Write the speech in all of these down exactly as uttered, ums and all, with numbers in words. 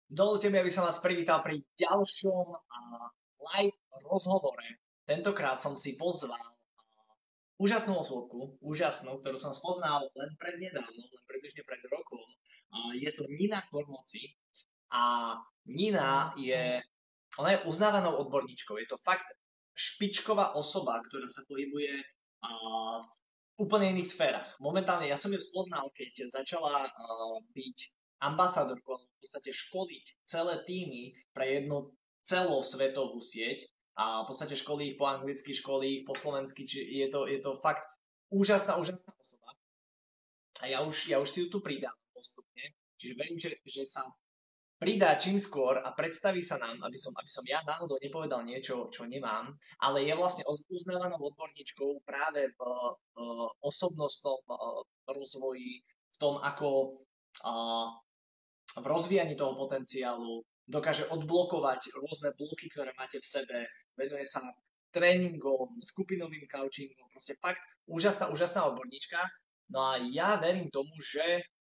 Dovoľte mi, aby som vás privítal pri ďalšom uh, live rozhovore. Tentokrát som si pozval uh, úžasnú osobku, úžasnú, ktorú som spoznal len prednedávnom, len približne pred rokom. Uh, je to Nina Kormoci a Nina je, ona je uznávanou odborníčkou. Je to fakt špičková osoba, ktorá sa pohybuje uh, v úplne iných sférach. Momentálne ja som ju spoznal, keď začala uh, byť ambasádorkou, v podstate školiť celé týmy pre jednu celosvetovú sieť a v podstate školí ich po anglicky, školí ich po slovensky, či je to, je to fakt úžasná, úžasná osoba. A ja už, ja už si ju tu pridám postupne, čiže verím, že, že sa pridá čím skôr a predstaví sa nám, aby som, aby som ja náhodou nepovedal niečo, čo nemám, ale je vlastne uznávanou odborníčkou práve v, v osobnostnom rozvoji, v tom, ako v rozvíjaní toho potenciálu dokáže odblokovať rôzne bloky, ktoré máte v sebe, venuje sa tréningom, skupinovým coachingom, proste fakt úžasná, úžasná odborníčka. No a ja verím tomu, že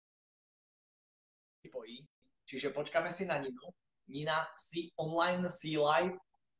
pojí. Čiže počkáme si na Ninu. Nina, si online, si live.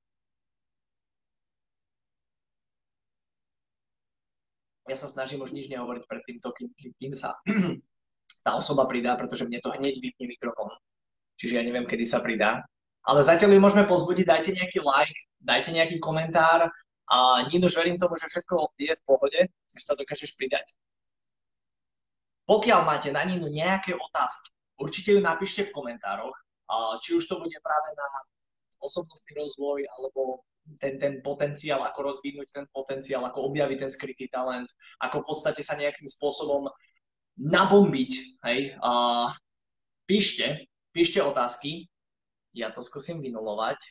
Ja sa snažím už nič nehovoriť pred týmto, kým, kým sa tá osoba pridá, pretože mne to hneď vypne mikrofón. Čiže ja neviem, kedy sa pridá. Ale zatiaľ ju môžeme pozbudiť, dajte nejaký like, dajte nejaký komentár a Ninuš, verím tomu, že všetko je v pohode, že sa dokážeš pridať. Pokiaľ máte na Ninu nejaké otázky, určite ju napíšte v komentároch, či už to bude práve na osobnostný rozvoj, alebo ten, ten potenciál, ako rozvinúť ten potenciál, ako objaviť ten skrytý talent, ako v podstate sa nejakým spôsobom nabombiť, hej. Uh, píšte, píšte otázky, ja to skúsim vynulovať.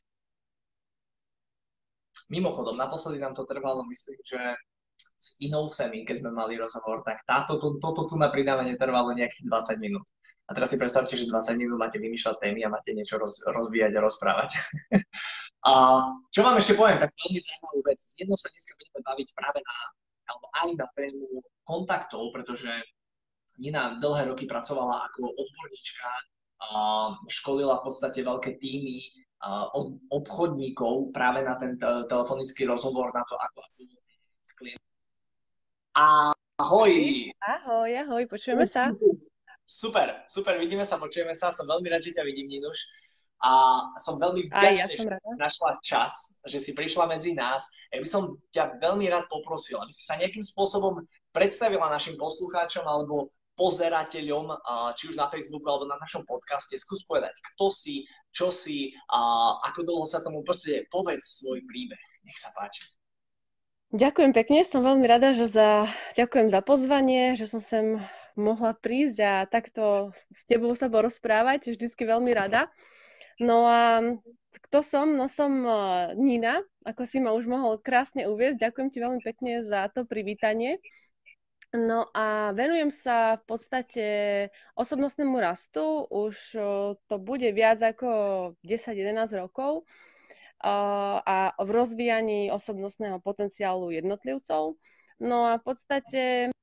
Mimochodom, naposledy nám to trvalo, myslím, že s inou Semi, keď sme mali rozhovor, tak táto, to, toto tu na pridávanie trvalo nejakých dvadsať minút. A teraz si predstavte, že dvadsať minút máte vymýšľať témy a máte niečo roz, rozvíjať a rozprávať. A čo vám ešte poviem, tak veľmi zaujímavú vec. S jednou sa dneska budeme baviť práve na, alebo aj na tému kontaktov, pretože Nina dlhé roky pracovala ako odborníčka, školila v podstate veľké týmy od obchodníkov práve na ten telefonický rozhovor, na to, ako s klientom. Ahoj! Ahoj, ahoj, počujeme sa. Super, super, vidíme sa, počujeme sa. Som veľmi rád, že ťa vidím, Ninuš. A som veľmi vďačný, ja že našla čas, že si prišla medzi nás. Ja by som ťa veľmi rád poprosil, aby si sa nejakým spôsobom predstavila našim poslucháčom alebo pozerateľom, či už na Facebooku alebo na našom podcaste. Skús povedať, kto si, čo si, a ako dlho sa tomu proste povedz svoj príbeh. Nech sa páči. Ďakujem pekne, som veľmi rada, že za, ďakujem za pozvanie, že som sem mohla prísť a takto s tebou sa porozprávať, vždycky veľmi rada. No a kto som? No som Nina, ako si ma už mohol krásne uviesť. Ďakujem ti veľmi pekne za to privítanie. No a venujem sa v podstate osobnostnému rastu. Už to bude viac ako desať jedenásť rokov a v rozvíjaní osobnostného potenciálu jednotlivcov. No a v podstate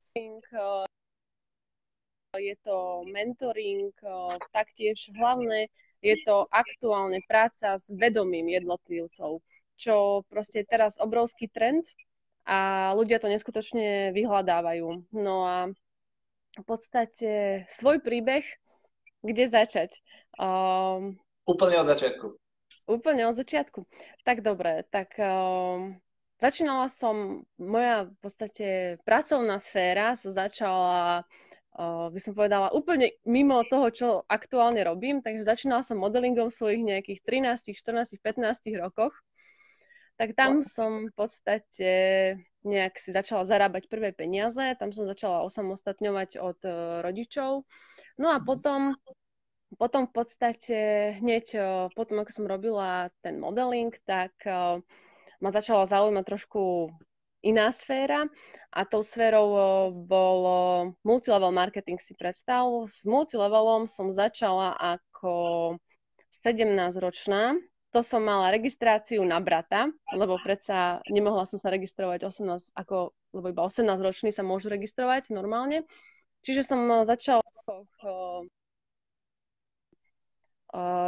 je to mentoring, taktiež hlavne je to aktuálne práca s vedomím jednotlivcov, čo proste je teraz obrovský trend a ľudia to neskutočne vyhľadávajú. No a v podstate svoj príbeh, kde začať? Um, Úplne od začiatku. Úplne od začiatku. Tak dobre, tak um, začínala som, moja v podstate pracovná sféra sa začala, uh, by som povedala, úplne mimo toho, čo aktuálne robím, takže začínala som modelingom v svojich nejakých trinásť, štrnásť, pätnásť rokoch. Tak tam som v podstate nejak si začala zarábať prvé peniaze, tam som začala osamostatňovať od uh, rodičov. No a potom, potom v podstate hneď potom, ako som robila ten modeling, tak uh, ma začala zaujímať trošku iná sféra a tou sférou uh, bol multilevel marketing, si predstav. S multilevelom som začala ako sedemnásťročná. To som mala registráciu na brata, lebo predsa nemohla som sa registrovať osemnásť, ako, lebo iba osemnásťroční sa môžu registrovať normálne. Čiže som začala uh, uh,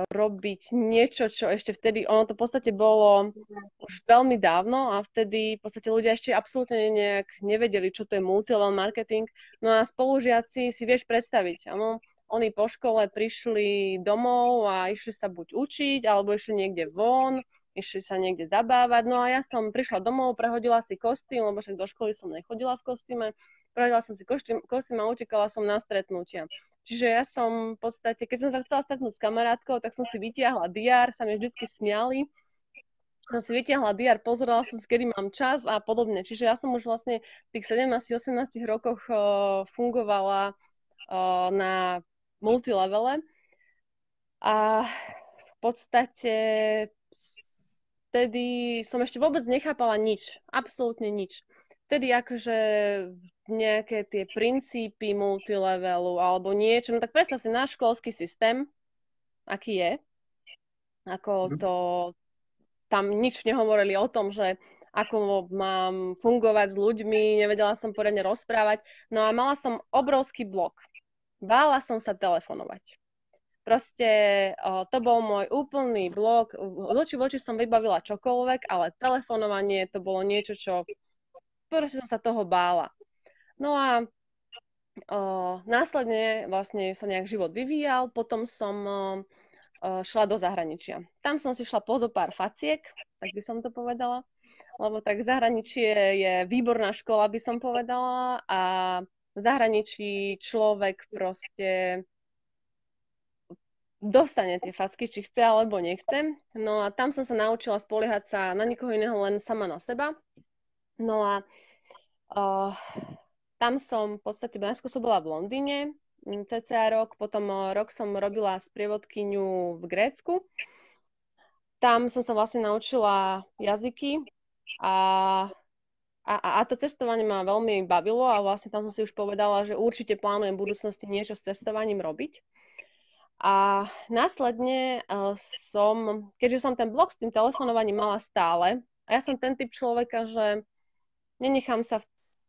robiť niečo, čo ešte vtedy, ono to v podstate bolo už veľmi dávno a vtedy v podstate ľudia ešte absolútne nejak nevedeli, čo to je multilevel marketing. No a spolužiaci si vieš predstaviť, áno, oni po škole prišli domov a išli sa buď učiť, alebo išli niekde von, išli sa niekde zabávať. No a ja som prišla domov, prehodila si kostým, lebo však do školy som nechodila v kostýme, prehodila som si kostým, kostým a utekala som na stretnutia. Čiže ja som v podstate, keď som sa chcela stretnúť s kamarátkou, tak som si vytiahla diár, sa mi vždycky smiali. Som si vytiahla diár, pozerala som si, kedy mám čas a podobne. Čiže ja som už vlastne v tých sedemnásť osemnásť rokoch uh, fungovala uh, na multilevele a v podstate vtedy som ešte vôbec nechápala nič, absolútne nič. Vtedy akože nejaké tie princípy multilevelu alebo niečo, no tak predstav si náš školský systém, aký je, ako to, tam nič nehovorili o tom, že ako mám fungovať s ľuďmi, nevedela som poriadne rozprávať, no a mala som obrovský blok. Bála som sa telefonovať. Proste o, to bol môj úplný blok, voči voči som vybavila čokoľvek, ale telefonovanie to bolo niečo, čo proste som sa toho bála. No a o, následne vlastne sa nejak život vyvíjal, potom som o, o, šla do zahraničia. Tam som si šla po zo pár faciek, tak by som to povedala, lebo tak zahraničie je výborná škola, by som povedala, a v zahraničí človek proste dostane tie facky, či chce alebo nechce. No a tam som sa naučila spoliehať sa na nikoho iného, len sama na seba. No a uh, tam som v podstate, najskôr som bola v Londýne, cca rok, potom rok som robila sprievodkyňu v Grécku. Tam som sa vlastne naučila jazyky a, a, a to cestovanie ma veľmi bavilo a vlastne tam som si už povedala, že určite plánujem v budúcnosti niečo s cestovaním robiť. A následne uh, som, keďže som ten blok s tým telefonovaním mala stále, a ja som ten typ človeka, že nenechám sa... V...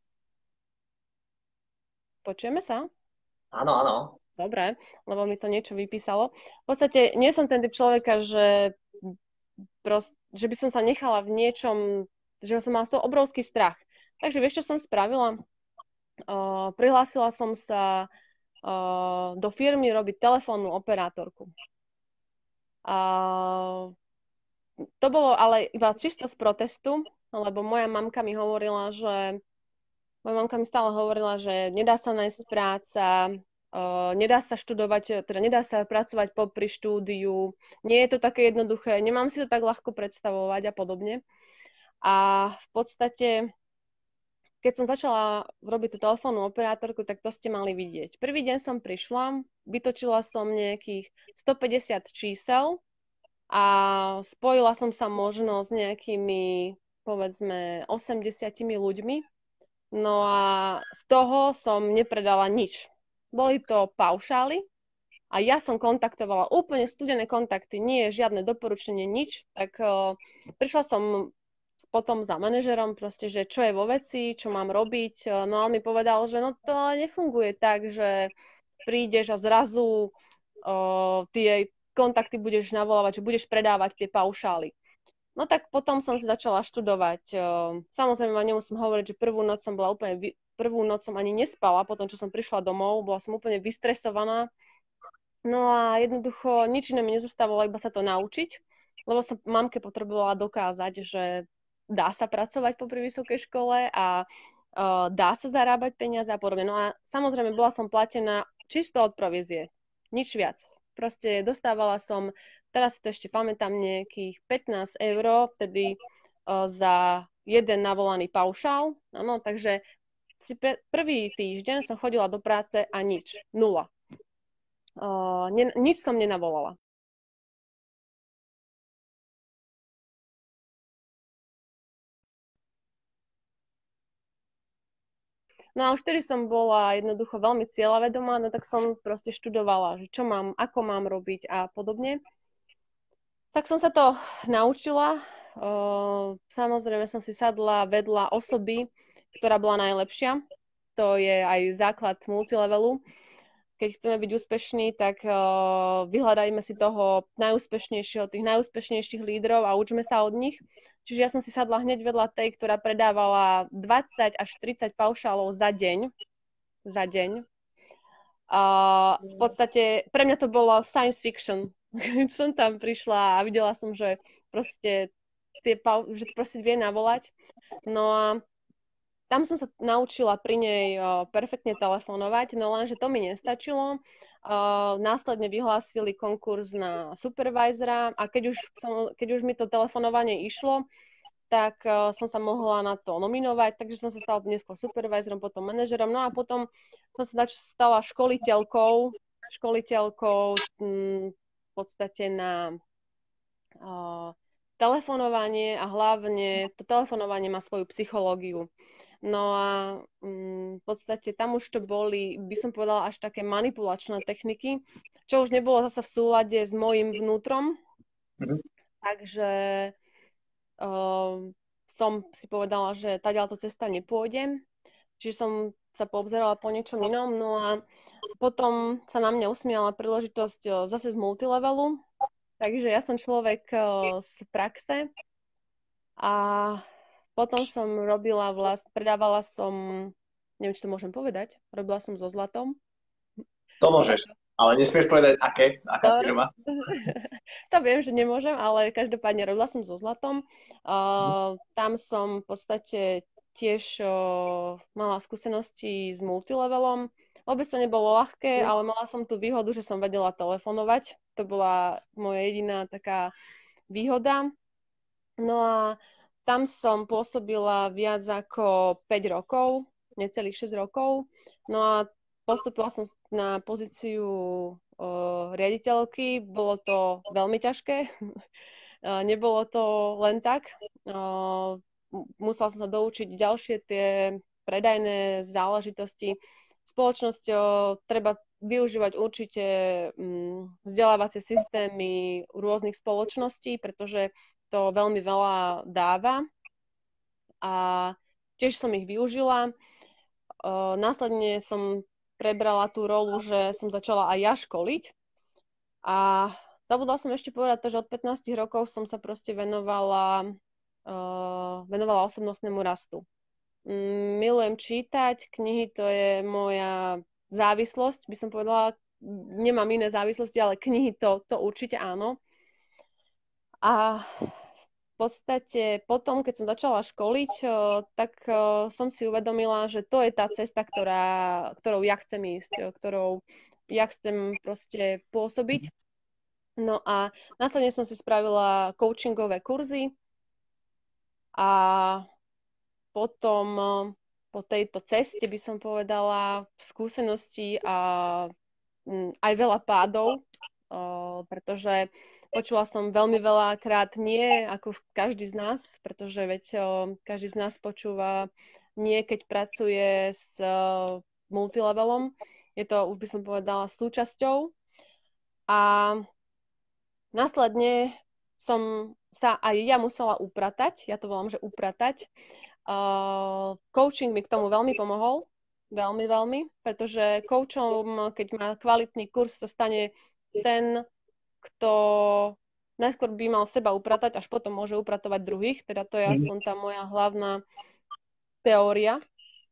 Počujeme sa? Áno, áno. Dobre, lebo mi to niečo vypísalo. V podstate nie som ten typ človeka, že, prost, že by som sa nechala v niečom, že som mala to obrovský strach. Takže vieš, čo som spravila? Uh, prihlásila som sa uh, do firmy robiť telefónnu operátorku. Uh, to bolo ale iba čisto z protestu, lebo moja mamka mi hovorila, že moja mamka mi stále hovorila, že nedá sa nájsť práca, uh, nedá sa študovať, teda nedá sa pracovať popri štúdiu, nie je to také jednoduché, nemám si to tak ľahko predstavovať a podobne. A v podstate, keď som začala robiť tú telefónnu operátorku, tak to ste mali vidieť. Prvý deň som prišla, vytočila som nejakých stopäťdesiat čísel a spojila som sa možno s nejakými, povedzme, osemdesiatimi ľuďmi. No a z toho som nepredala nič. Boli to paušály a ja som kontaktovala úplne studené kontakty, nie žiadne doporučenie, nič. Tak uh, prišla som potom za manažerom, proste, že čo je vo veci, čo mám robiť. No a on mi povedal, že no to nefunguje tak, že prídeš a zrazu uh, tie kontakty budeš navolávať, že budeš predávať tie paušály. No tak potom som si začala študovať. Samozrejme, vám nemusím hovoriť, že prvú noc som bola úplne, prvú noc som ani nespala, potom čo som prišla domov, bola som úplne vystresovaná. No a jednoducho nič iné mi nezostávalo, iba sa to naučiť, lebo som mamke potrebovala dokázať, že dá sa pracovať popri vysokej škole a uh, dá sa zarábať peniaze a podobne. No a samozrejme, bola som platená čisto od provízie, nič viac. Proste dostávala som, teraz si to ešte pamätám, nejakých pätnásť eur, tedy uh, za jeden navolaný paušál. Áno, takže si pre, prvý týždeň som chodila do práce a nič, nula. Uh, ne, nič som nenavolala. No a už vtedy som bola jednoducho veľmi cieľavedomá, no tak som proste študovala, že čo mám, ako mám robiť a podobne. Tak som sa to naučila. Samozrejme som si sadla vedľa osoby, ktorá bola najlepšia. To je aj základ multilevelu. keď chceme byť úspešní, tak uh, vyhľadajme si toho najúspešnejšieho, tých najúspešnejších lídrov a učme sa od nich. Čiže ja som si sadla hneď vedľa tej, ktorá predávala dvadsať až tridsať paušálov za deň. Za deň. A v podstate pre mňa to bolo science fiction. Keď som tam prišla a videla som, že proste, tie, že to proste vie navolať. No a tam som sa naučila pri nej uh, perfektne telefonovať, no lenže to mi nestačilo. Uh, následne vyhlásili konkurs na supervisora a keď už, som, keď už mi to telefonovanie išlo, tak uh, som sa mohla na to nominovať, takže som sa stala neskôr supervisorom, potom manažerom, no a potom som sa stala školiteľkou, školiteľkou m, v podstate na uh, telefonovanie a hlavne to telefonovanie má svoju psychológiu. No a um, v podstate tam už to boli, by som povedala, až také manipulačné techniky, čo už nebolo zasa v súlade s mojím vnútrom. Mm-hmm. Takže uh, som si povedala, že taďaľto cesta nepôjdem. Čiže som sa poobzerala po niečom inom. No a potom sa na mňa usmiala príležitosť zase z multilevelu. Takže ja som človek uh, z praxe a potom som robila vlast, predávala som, neviem, či to môžem povedať, robila som so zlatom. To môžeš, ale nesmieš povedať, aké, aká firma. To viem, že nemôžem, ale každopádne robila som so zlatom. Uh, tam som v podstate tiež uh, mala skúsenosti s multilevelom. Vôbec to nebolo ľahké, ale mala som tú výhodu, že som vedela telefonovať. To bola moja jediná taká výhoda. No a tam som pôsobila viac ako päť rokov, necelých šesť rokov. No a postúpila som na pozíciu uh, riaditeľky. Bolo to veľmi ťažké. uh, nebolo to len tak. Uh, musela som sa doučiť ďalšie tie predajné záležitosti. Spoločnosť uh, treba využívať určite um, vzdelávacie systémy rôznych spoločností, pretože to veľmi veľa dáva a tiež som ich využila. Uh, následne som prebrala tú rolu, že som začala aj ja školiť a zabudla som ešte povedať to, že od pätnástich rokov som sa proste venovala, uh, venovala osobnostnému rastu. Um, milujem čítať, knihy to je moja závislosť, by som povedala, nemám iné závislosti, ale knihy to, to určite áno. A v podstate potom, keď som začala školiť, tak som si uvedomila, že to je tá cesta, ktorá, ktorou ja chcem ísť, ktorou ja chcem proste pôsobiť. No a následne som si spravila coachingové kurzy a potom po tejto ceste by som povedala skúsenosti a aj veľa pádov, pretože počula som veľmi veľa krát nie, ako každý z nás, pretože veď o, každý z nás počúva nie, keď pracuje s o, multilevelom. Je to, už by som povedala, súčasťou. A následne som sa aj ja musela upratať, ja to volám, že upratať. Uh, coaching mi k tomu veľmi pomohol, veľmi, veľmi, pretože coachom, keď má kvalitný kurz, sa stane ten, kto najskôr by mal seba upratať, až potom môže upratovať druhých. Teda to je aspoň tá moja hlavná teória.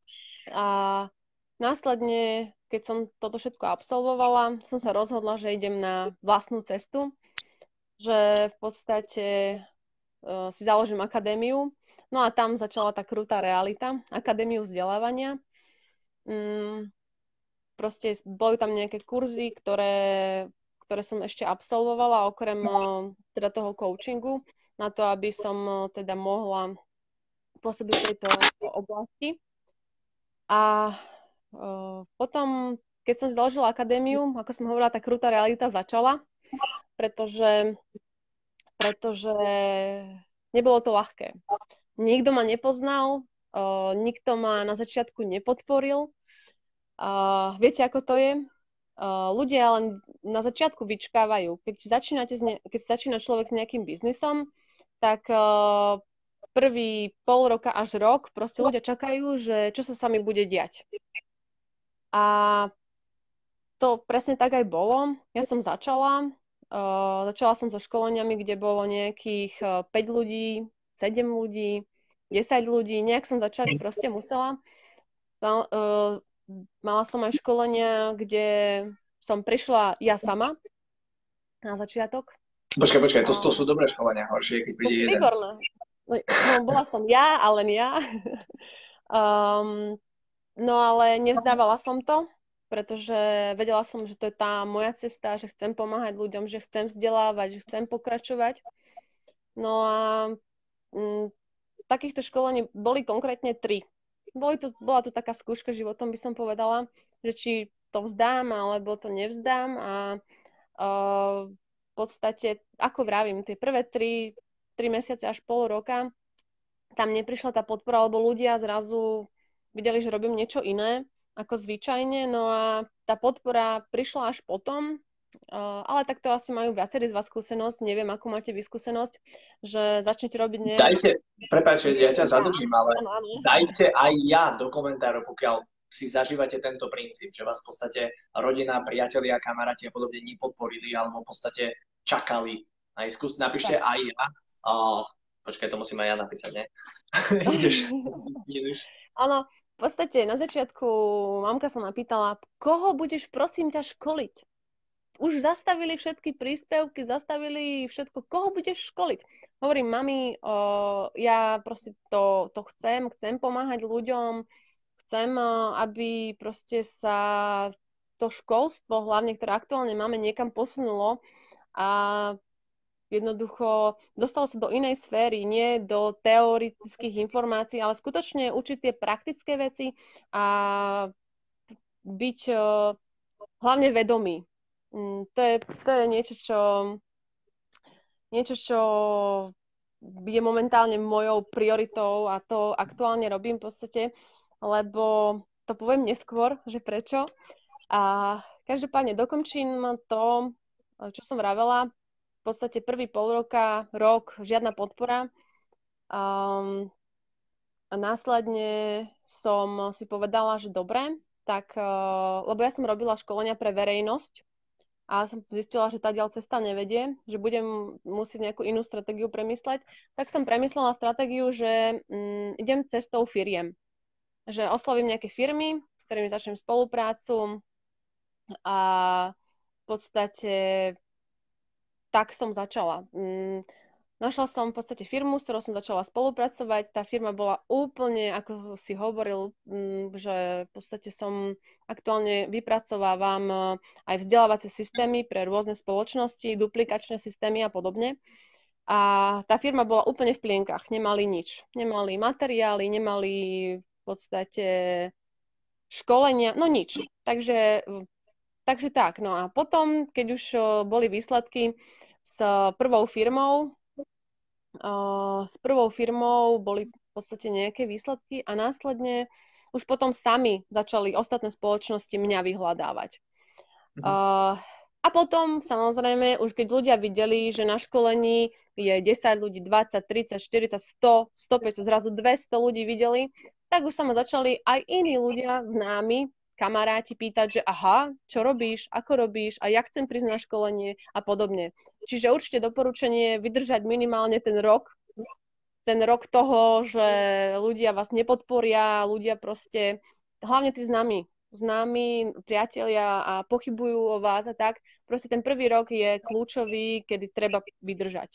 A následne, keď som toto všetko absolvovala, som sa rozhodla, že idem na vlastnú cestu, že v podstate uh, si založím akadémiu. No a tam začala tá krutá realita, akadémiu vzdelávania. Mm, proste boli tam nejaké kurzy, ktoré ktoré som ešte absolvovala, okrem teda toho coachingu, na to, aby som teda mohla pôsobiť v tejto oblasti. A uh, potom, keď som založila akadémiu, ako som hovorila, tá krutá realita začala, pretože, pretože nebolo to ľahké. Nikto ma nepoznal, uh, nikto ma na začiatku nepodporil. Uh, viete, ako to je? Uh, ľudia len na začiatku vyčkávajú. Keď, začínate ne- keď začína človek s nejakým biznisom, tak uh, prvý pol roka až rok proste ľudia čakajú, že čo sa s vami bude diať. A to presne tak aj bolo. Ja som začala, uh, začala som so školeniami, kde bolo nejakých uh, päť ľudí, sedem ľudí, desať ľudí, nejak som začať proste musela. Uh, mala som aj školenia, kde som prišla ja sama na začiatok. Počkaj, počkaj, to, to sú dobré školenia, horšie, keď príde jeden. Výborné. No, bola som ja a len ja. um, no ale nevzdávala som to, pretože vedela som, že to je tá moja cesta, že chcem pomáhať ľuďom, že chcem vzdelávať, že chcem pokračovať. No a m, takýchto školení boli konkrétne tri. Boli to, bola to taká skúška životom, by som povedala, že či to vzdám, alebo to nevzdám. A uh, v podstate, ako vravím, tie prvé tri, tri mesiace až pol roka, tam neprišla tá podpora, lebo ľudia zrazu videli, že robím niečo iné ako zvyčajne, no a tá podpora prišla až potom, uh, ale tak to asi majú viacerí z vás skúsenosť, neviem, akú máte vy skúsenosť, že začnete robiť nejak... Dajte, prepáč, ja ťa zadržím, ale áno, áno. dajte aj ja do komentárov, pokiaľ si zažívate tento princíp, že vás v podstate rodina, priatelia, kamaráti a podobne nepodporili, alebo v podstate čakali. Aj skús, napíšte tak. Aj ja. Uh, počkaj, to musím aj ja napísať, ne? Ideš. Ideš. Áno, v podstate na začiatku mamka sa ma pýtala, koho budeš prosím ťa školiť? Už zastavili všetky príspevky, zastavili všetko, koho budeš školiť? Hovorím, mami, o, ja proste to, to chcem, chcem pomáhať ľuďom, chcem, aby proste sa to školstvo, hlavne, ktoré aktuálne máme, niekam posunulo a jednoducho dostalo sa do inej sféry, nie do teoretických informácií, ale skutočne učiť tie praktické veci a byť uh, hlavne vedomý. Mm, to, je, to je niečo, čo niečo, čo je momentálne mojou prioritou a to aktuálne robím v podstate, lebo to poviem neskôr, že prečo. A každopádne dokončím to, čo som vravela, v podstate prvý pol roka, rok, žiadna podpora. Um, a následne som si povedala, že dobre, tak, uh, lebo ja som robila školenia pre verejnosť a som zistila, že tá ďal cesta nevedie, že budem musieť nejakú inú stratégiu premysleť, tak som premyslela stratégiu, že um, idem cestou firiem. Že oslovím nejaké firmy, s ktorými začnem spoluprácu a v podstate tak som začala. Mm, našla som v podstate firmu, s ktorou som začala spolupracovať. Tá firma bola úplne, ako si hovoril, mm, že v podstate som aktuálne vypracovávam aj vzdelávacie systémy pre rôzne spoločnosti, duplikačné systémy a podobne. A tá firma bola úplne v plienkach, nemali nič. Nemali materiály, nemali v podstate školenia, no nič. Takže Takže tak, no a potom, keď už boli výsledky s prvou firmou, s prvou firmou boli v podstate nejaké výsledky a následne už potom sami začali ostatné spoločnosti mňa vyhľadávať. Mhm. A potom, samozrejme, už keď ľudia videli, že na školení je desať ľudí, dvadsať, tridsať, štyridsať, sto, stopäťdesiat, zrazu dvesto ľudí videli, tak už sa ma začali aj iní ľudia známi, kamaráti pýtať, že aha, čo robíš, ako robíš a ja chcem prísť na školenie a podobne. Čiže určite doporučenie vydržať minimálne ten rok, ten rok toho, že ľudia vás nepodporia, ľudia proste, hlavne tí známi, známi, priatelia a pochybujú o vás a tak. Proste ten prvý rok je kľúčový, kedy treba vydržať.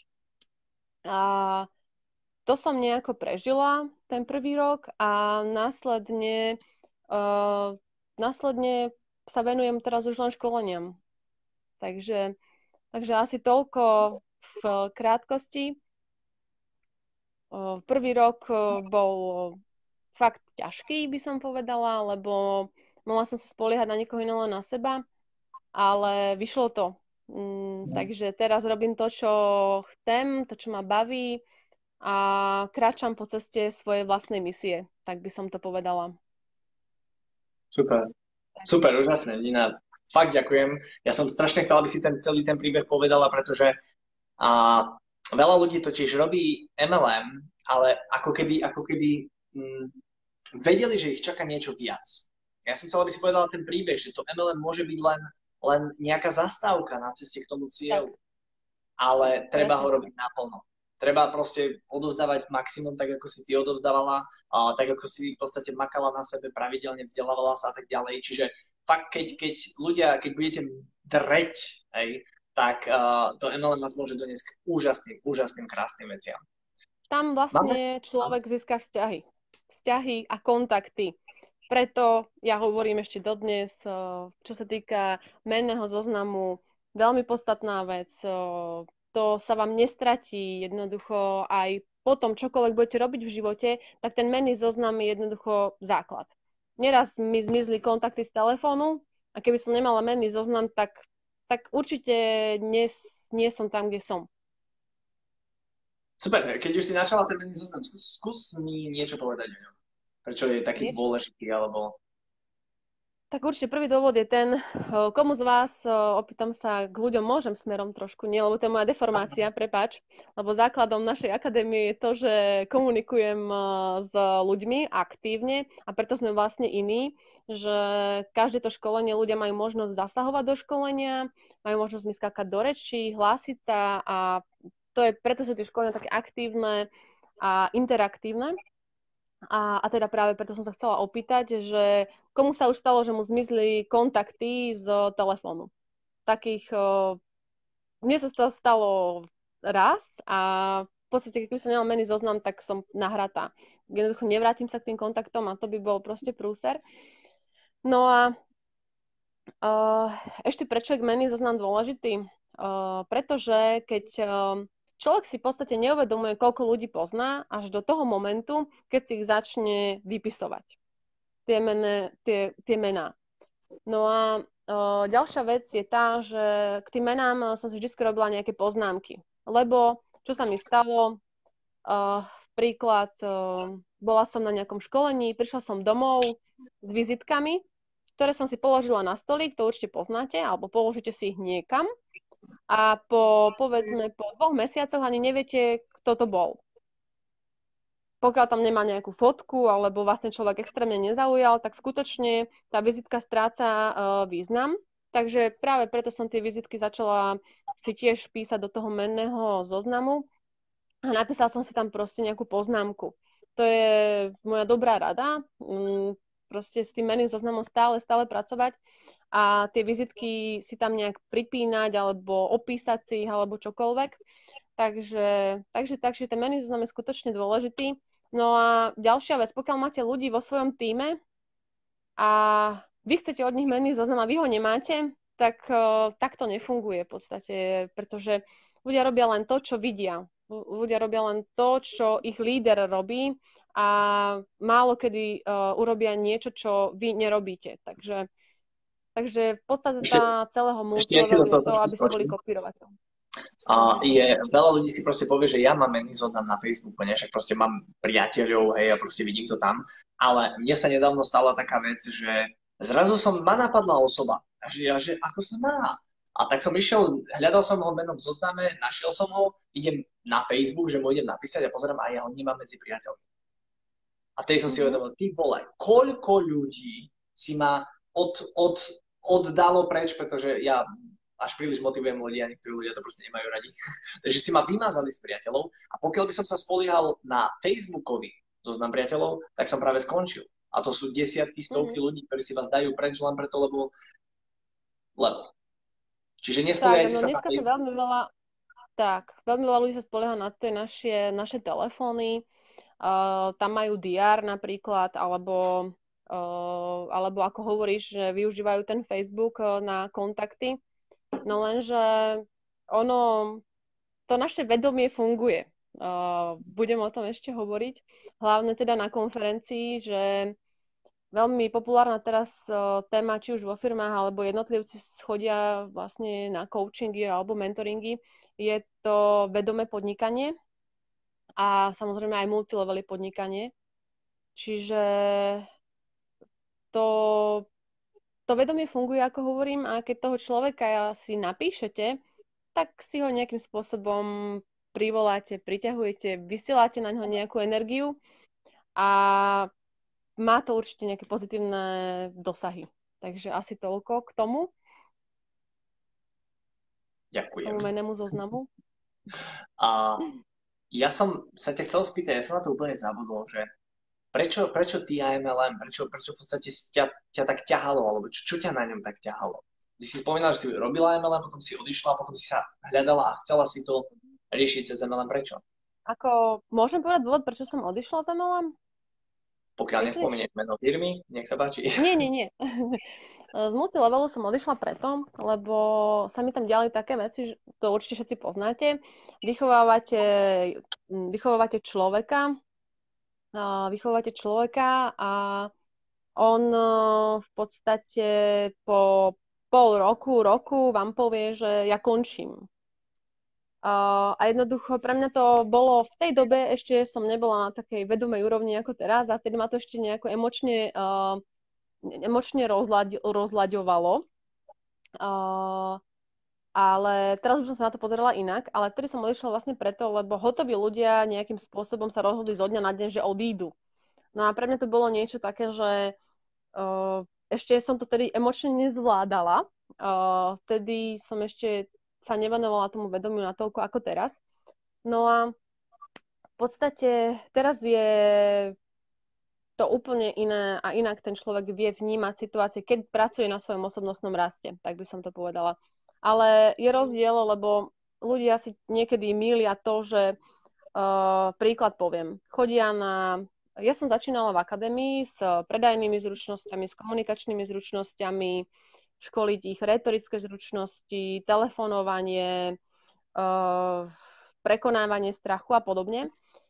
A to som nejako prežila, ten prvý rok a následne uh, Následne sa venujem teraz už len školeniam. Takže, takže asi toľko v krátkosti. Prvý rok bol fakt ťažký, by som povedala, lebo mohla som sa spoliehať na niekoho iného, na seba, ale vyšlo to. Takže teraz robím to, čo chcem, to, čo ma baví a kráčam po ceste svojej vlastnej misie, tak by som to povedala. Super. Super, úžasné, Nina. Fakt ďakujem. Ja som strašne chcel, aby si ten celý ten príbeh povedala, pretože a, veľa ľudí totiž robí em el em, ale ako keby, ako keby m, vedeli, že ich čaká niečo viac. Ja som chcel, aby si povedala ten príbeh, že to em el em môže byť len, len nejaká zastávka na ceste k tomu Tak, cieľu, ale treba presne ho tak. robiť naplno. Treba proste odovzdávať maximum, tak ako si ty odovzdávala, a tak ako si v podstate makala na sebe, pravidelne vzdelávala sa a tak ďalej. Čiže fakt, keď, keď ľudia, keď budete dreť, hej, tak uh, to em el em vás môže doniesť k úžasným, úžasným, krásnym veciam. Tam Máme? vlastne človek získa vzťahy. Vzťahy a kontakty. Preto ja hovorím ešte dodnes, eh, čo sa týka menného zoznamu, veľmi podstatná vec. eh, To sa vám nestratí jednoducho aj po tom, čokoľvek budete robiť v živote, tak ten menný zoznam je jednoducho základ. Neraz mi zmizli kontakty z telefónu a keby som nemala menný zoznam, tak, tak určite nie, nie som tam, kde som. Super, keď už si načala ten menný zoznam, skús mi niečo povedať o ňom. Prečo je taký Niečo? dôležitý, alebo... Tak určite prvý dôvod je ten, eh, komu z vás, eh, opýtam sa, k ľuďom môžem smerom trošku, nie, lebo to je moja deformácia, prepáč, lebo základom našej akadémie je to, že komunikujem eh, s ľuďmi aktívne a preto sme vlastne iní, že každé to školenie ľudia majú možnosť zasahovať do školenia, majú možnosť mi skákať do rečí, hlásiť sa a to je, preto sú tie školenia také aktívne a interaktívne. A, a teda práve preto som sa chcela opýtať, že komu sa už stalo, že mu zmizli kontakty z telefónu. Takých, o, mne sa to stalo raz a v podstate, keď som nemala menný zoznam, tak som nahratá. Jednoducho nevrátim sa k tým kontaktom a to by bol proste prúser. No a uh, ešte prečo je menný zoznam dôležitý? Uh, pretože keď uh, človek si v podstate neuvedomuje, koľko ľudí pozná, až do toho momentu, keď si ich začne vypisovať. Tie, mené, tie, tie mená. No a uh, ďalšia vec je tá, že k tým menám som si vždy robila nejaké poznámky. Lebo čo sa mi stalo, uh, príklad, uh, bola som na nejakom školení, prišla som domov s vizitkami, ktoré som si položila na stolík, to určite poznáte, alebo položíte si ich niekam a po, povedzme, po dvoch mesiacoch ani neviete, kto to bol. Pokiaľ tam nemá nejakú fotku, alebo vás ten človek extrémne nezaujal, tak skutočne tá vizitka stráca uh, význam. Takže práve preto som tie vizitky začala si tiež písať do toho menného zoznamu a napísala som si tam proste nejakú poznámku. To je moja dobrá rada, um, proste s tým menným zoznamom stále, stále pracovať a tie vizitky si tam nejak pripínať alebo opísať si ich alebo čokoľvek. Takže, takže, takže ten menný zoznam je skutočne dôležitý. No a ďalšia vec, pokiaľ máte ľudí vo svojom tíme a vy chcete od nich menný zoznam a vy ho nemáte, tak, uh, tak to nefunguje v podstate, pretože ľudia robia len to, čo vidia. Ľudia robia len to, čo ich líder robí a málo kedy uh, urobia niečo, čo vy nerobíte. Takže, takže v podstate tá celého multilevel je to, aby ste boli kopírovateľ. A je, veľa ľudí si proste povie, že ja mám menný zoznam na Facebooku, nie? Však proste mám priateľov, hej, a proste vidím to tam. Ale mne sa nedávno stala taká vec, že zrazu som, ma napadla osoba. A že ja, že ako sa má? A tak som išiel, hľadal som ho v mennom zozname, našiel som ho, idem na Facebook, že mu idem napísať a pozerám, a ja ho nemám medzi priateľmi. A vtedy som si Mhm. uvedomil, ty vole, koľko ľudí si ma od, od, oddalo preč, pretože ja až príliš motivujem ľudí a niektorí ľudia to proste nemajú radi. Takže si ma vymazali z priateľov a pokiaľ by som sa spoliehal na Facebookový zoznam priateľov, tak som práve skončil. A to sú desiatky, stovky Mhm. ľudí, ktorí si vás dajú preč len preto, lebo... lebo. Čiže Tak, nespoliehajte no sa na dneska sa Facebook. veľmi veľa, tak, veľmi veľa ľudí sa spolieha na tie naše, naše telefóny, uh, tam majú dé er napríklad, alebo, uh, alebo ako hovoríš, že využívajú ten Facebook uh, na kontakty. No lenže ono, to naše vedomie funguje. Uh, budem o tom ešte hovoriť. Hlavne teda na konferencii, že veľmi populárna teraz uh, téma, či už vo firmách, alebo jednotlivci chodia vlastne na coachingy alebo mentoringy, je to vedomé podnikanie a samozrejme aj multilevely podnikanie. Čiže to, to vedomie funguje, ako hovorím, a keď toho človeka si napíšete, tak si ho nejakým spôsobom privoláte, priťahujete, vysielate na ňo nejakú energiu a má to určite nejaké pozitívne dosahy. Takže asi toľko k tomu. Ďakujem. Tomu mennému zoznamu. A ja som sa ťa chcel spýtať, ja som na to úplne zabudol, že prečo, prečo ty a em el em, prečo, prečo v podstate ťa, ťa tak ťahalo, alebo čo, čo ťa na ňom tak ťahalo? Ty si spomínala, že si robila em el em, potom si odišla, potom si sa hľadala a chcela si to riešiť cez em el em, prečo? Ako, môžem povedať dôvod, prečo som odišla z em el em? Pokiaľ nespomenieš meno firmy, nech sa páči. Nie, nie, nie. Z multilevelu som odišla preto, lebo sa mi tam diali také veci, že to určite všetci poznáte. Vychovávate, vychovávate človeka, vychovávate človeka a on v podstate po pol roku, roku vám povie, že ja končím. A jednoducho pre mňa to bolo v tej dobe, ešte som nebola na takej vedomej úrovni ako teraz a vtedy ma to ešte nejako emočne, uh, emočne rozlaď, rozlaďovalo. Uh, ale teraz už som sa na to pozerala inak, ale vtedy som odišla vlastne preto, lebo hotoví ľudia nejakým spôsobom sa rozhodli zo dňa na deň, že odídu. No a pre mňa to bolo niečo také, že uh, ešte som to tedy emočne nezvládala. Uh, vtedy som ešte sa nevenovala tomu vedomiu natoľko ako teraz. No a v podstate teraz je to úplne iné a inak ten človek vie vnímať situácie, keď pracuje na svojom osobnostnom raste, tak by som to povedala. Ale je rozdiel, lebo ľudia si niekedy mýlia to, že uh, príklad poviem, chodia na... Ja som začínala v akadémii s predajnými zručnosťami, s komunikačnými zručnosťami, školiť ich retorické zručnosti, telefonovanie, uh, prekonávanie strachu a podobne.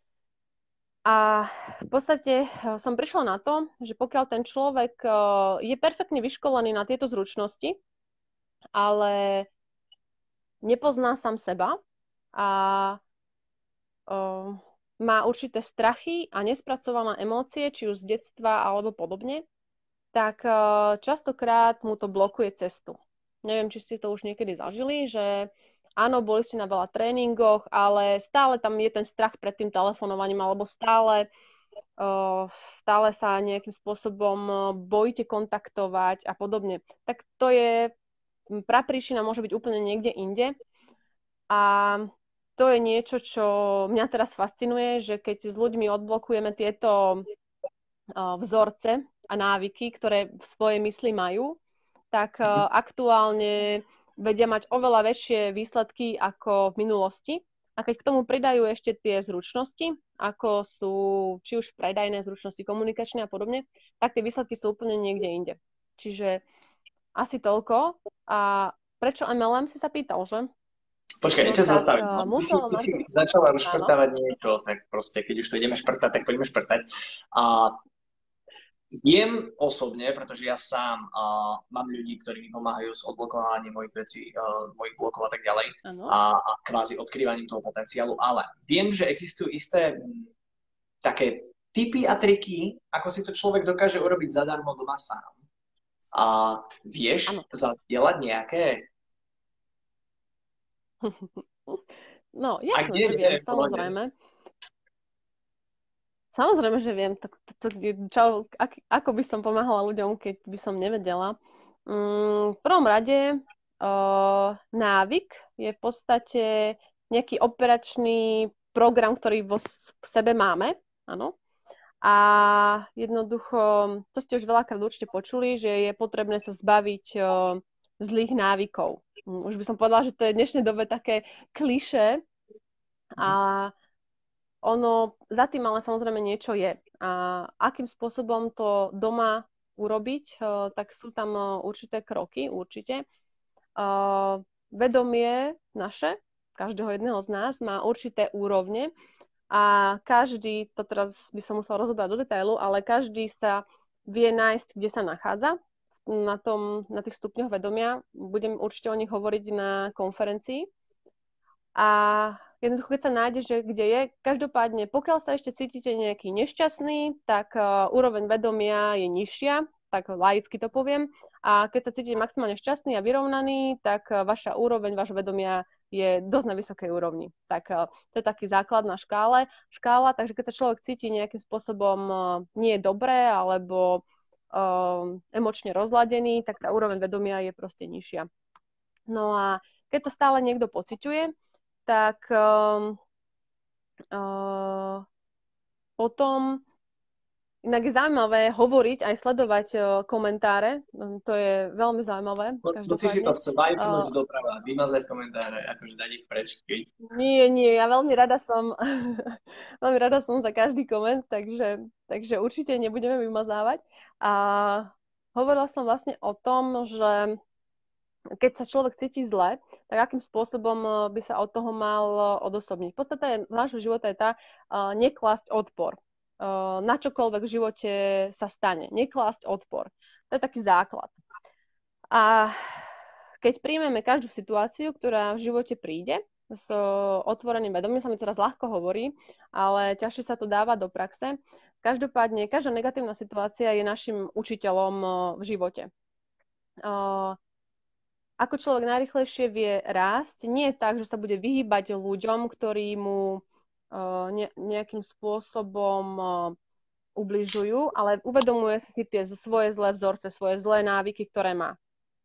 A v podstate som prišla na to, že pokiaľ ten človek uh, je perfektne vyškolený na tieto zručnosti, ale nepozná sám seba a uh, má určité strachy a nespracované emócie, či už z detstva alebo podobne, tak častokrát mu to blokuje cestu. Neviem, či ste to už niekedy zažili, že áno, boli ste na veľa tréningoch, ale stále tam je ten strach pred tým telefonovaním, alebo stále, stále sa nejakým spôsobom bojíte kontaktovať a podobne. Tak to je, prapríčina môže byť úplne niekde inde. A to je niečo, čo mňa teraz fascinuje, že keď s ľuďmi odblokujeme tieto vzorce a návyky, ktoré v svojej mysli majú, tak uh, aktuálne vedia mať oveľa väčšie výsledky ako v minulosti. A keď k tomu pridajú ešte tie zručnosti, ako sú či už predajné zručnosti, komunikačné a podobne, tak tie výsledky sú úplne niekde inde. Čiže asi toľko. A prečo em el em si sa pýtal, že? Počkaj, no, ešte zastaviť. No, ty, si, ty si začala rozšprtávať niečo, tak proste, keď už to ideme šprtať, tak poďme šprtať. A viem osobne, pretože ja sám uh, mám ľudí, ktorí mi pomáhajú s odblokovaním mojich vecí, uh, mojich blokov a tak ďalej a, a kvázi odkrývaním toho potenciálu, ale viem, že existujú isté m, také tipy a triky, ako si to človek dokáže urobiť zadarmo doma sám. A vieš ano. Zazdieľať nejaké? No, jasne, že viem, samozrejme. Samozrejme, že viem. To, to, to, čo, ak, ako by som pomáhala ľuďom, keď by som nevedela. Mm, v prvom rade uh, návyk je v podstate nejaký operačný program, ktorý vo, v sebe máme. Áno. A jednoducho, to ste už veľakrát určite počuli, že je potrebné sa zbaviť uh, zlých návykov. Už by som povedala, že to je v dnešnej dobe také klišé. A ono, za tým ale samozrejme niečo je. A akým spôsobom to doma urobiť, tak sú tam určité kroky, určite. Vedomie naše, každého jedného z nás, má určité úrovne a každý, to teraz by som musela rozobrať do detailu, ale každý sa vie nájsť, kde sa nachádza na, tom, na tých stupňoch vedomia. Budem určite o nich hovoriť na konferencii. A jednoducho, keď sa nájde, že kde je, každopádne, pokiaľ sa ešte cítite nejaký nešťastný, tak uh, úroveň vedomia je nižšia, tak laicky to poviem. A keď sa cítite maximálne šťastný a vyrovnaný, tak uh, vaša úroveň, vášho vedomia je dosť na vysokej úrovni. Tak to je taký základ na škále. Škála, takže keď sa človek cíti nejakým spôsobom nie je dobré alebo um, emočne rozladený, tak tá úroveň vedomia je proste nižšia. No a keď to stále niekto pociťuje, tak um, uh, potom inak je zaujímavé hovoriť aj sledovať uh, komentáre. To je veľmi zaujímavé. Musíš si to swipenúť uh, doprava, vymazať komentáre, akože dať ich preč. Nie, nie, ja veľmi rada som veľmi rada som za každý koment, takže, takže určite nebudeme vymazávať. A hovorila som vlastne o tom, že keď sa človek cíti zle, tak akým spôsobom by sa od toho mal odosobniť. Podstata nášho života je tá uh, neklásť odpor. Uh, na čokoľvek v živote sa stane. Neklásť odpor. To je taký základ. A keď príjmeme každú situáciu, ktorá v živote príde, s otvoreným vedomím, sa mi teraz ľahko hovorí, ale ťažšie sa to dáva do praxe. Každopádne, každá negatívna situácia je našim učiteľom uh, v živote. Uh, Ako človek najrýchlejšie vie rásť, nie je tak, že sa bude vyhýbať ľuďom, ktorí mu uh, ne, nejakým spôsobom uh, ubližujú, ale uvedomuje si tie svoje zlé vzorce, svoje zlé návyky, ktoré má.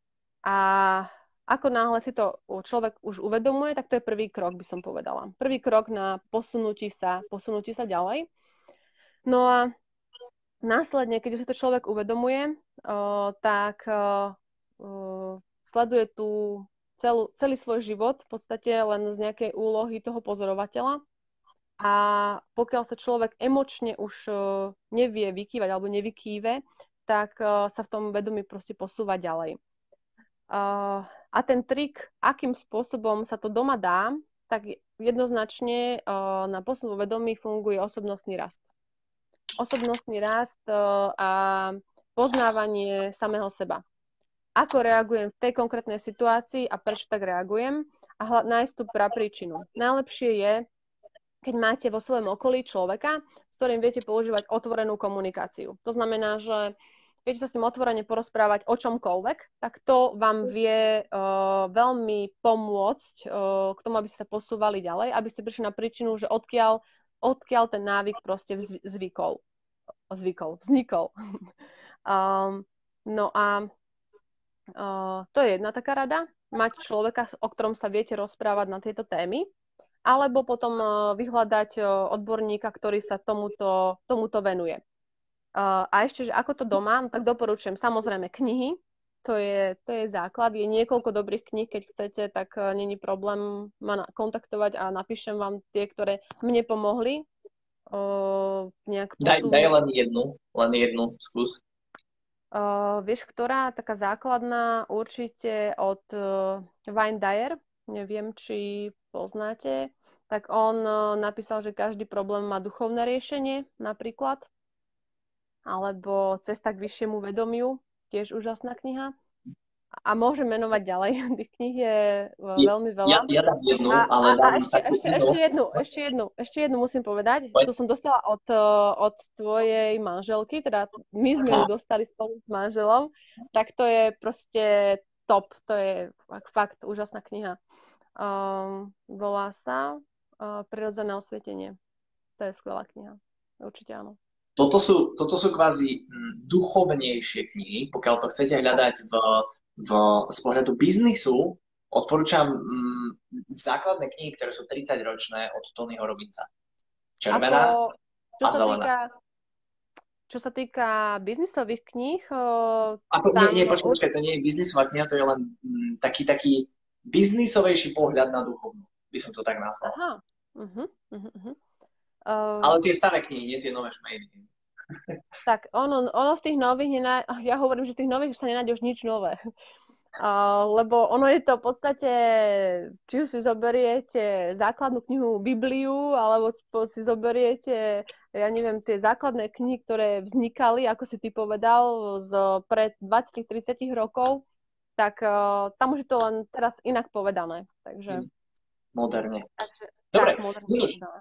A ako náhle si to človek už uvedomuje, tak to je prvý krok, by som povedala. Prvý krok na posunutí sa, posunutí sa ďalej. No a následne, keď už si to človek uvedomuje, uh, tak uh, uh, sleduje tu celú, celý svoj život v podstate len z nejakej úlohy toho pozorovateľa. A pokiaľ sa človek emočne už uh, nevie vykývať alebo nevykýve, tak uh, sa v tom vedomí proste posúva ďalej. Uh, a ten trik, akým spôsobom sa to doma dá, tak jednoznačne uh, na posun vo vedomí funguje osobnostný rast. Osobnostný rast uh, a poznávanie samého seba. Ako reagujem v tej konkrétnej situácii a prečo tak reagujem a hľa- nájsť tú prapríčinu. Najlepšie je, keď máte vo svojom okolí človeka, s ktorým viete používať otvorenú komunikáciu. To znamená, že viete sa s tým otvorene porozprávať o čomkoľvek, tak to vám vie uh, veľmi pomôcť uh, k tomu, aby ste sa posúvali ďalej, aby ste prišli na príčinu, že odkiaľ, odkiaľ ten návyk proste vzv- zvykol, zvykol, vznikol. um, no a Uh, to je jedna taká rada, mať človeka, o ktorom sa viete rozprávať na tieto témy, alebo potom uh, vyhľadať uh, odborníka, ktorý sa tomuto, tomuto venuje. Uh, a ešte, že ako to doma, no tak doporučujem samozrejme knihy, to je, to je základ, je niekoľko dobrých kníh, keď chcete, tak uh, není problém ma na- kontaktovať a napíšem vám tie, ktoré mne pomohli. Uh, nejak daj, daj len jednu, len jednu, skús. Uh, vieš, ktorá taká základná určite od uh, Wayne Dyer, neviem, či poznáte, tak on uh, napísal, že každý problém má duchovné riešenie, napríklad, alebo Cesta k vyššiemu vedomiu, tiež úžasná kniha. A môžem menovať ďalej, tých kníh je uh, veľmi veľa. Ja, ja dám jednu, a, ale a, dám a ešte, ešte, ešte jednu, ešte jednu, ešte jednu musím povedať. Poď. Tu som dostala od, od tvojej manželky, teda my sme ju dostali spolu s manželom, tak to je proste top, to je fakt úžasná kniha. Um, volá sa uh, Prirodzené osvietenie. To je skvelá kniha, určite áno. Toto sú, toto sú kvázi duchovnejšie knihy, pokiaľ to chcete hľadať v V, z pohľadu biznisu odporúčam mm, základné knihy, ktoré sú tridsaťročné od Tonyho Robbinsa. Červená Ako, čo a sa zelená. Týka, čo sa týka biznisových kníh... Ako, tam... Nie, nie, počkaj, počkaj, to nie je biznisová kniha, to je len mm, taký, taký biznisovejší pohľad na duchovnú. By som to tak nazval. Aha. Uh-huh, uh-huh, uh-huh. Uh... Ale tie staré knihy, nie tie nové šmejdy. Tak ono, ono v tých nových, nená... ja hovorím, že v tých nových sa nenájde už nič nové. Uh, lebo ono je to v podstate, či už si zoberiete základnú knihu Bibliu, alebo si zoberiete, ja neviem, tie základné knihy, ktoré vznikali, ako si ty povedal, z pred dvadsať tridsať rokov, tak uh, tam už je to len teraz inak povedané. Takže... Moderne. Takže, Dobre, tak, moderne Miluš,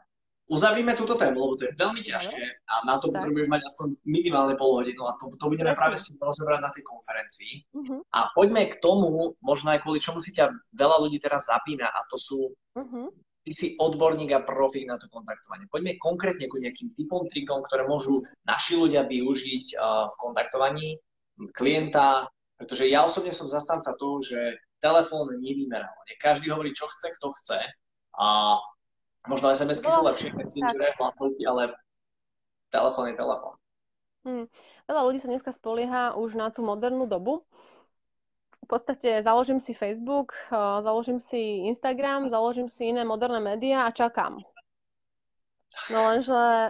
uzavrime túto tému, lebo to je veľmi ťažké Dobre, a na to tak, potrebuješ mať aspoň minimálne pol hodinu a to, to budeme práve presne. s tým rozobrať na tej konferencii. Uh-huh, A poďme k tomu, možno aj kvôli čomu si ťa veľa ľudí teraz zapína a to sú, uh-huh. ty si odborník a profík na to kontaktovanie. Poďme konkrétne ku nejakým typom, trikom, ktoré môžu naši ľudia využiť uh, v kontaktovaní klienta, pretože ja osobne som zastanca toho, že telefón nevymerávanie. Každý hovorí, čo chce, kto chce a možno es em esky sú No, lepšie, keď si tak. hlasovky, ale telefón je telefón. Hmm. Veľa ľudí sa dneska spolieha už na tú modernú dobu. V podstate založím si Facebook, uh, založím si Instagram, založím si iné moderné médiá a čakám. No lenže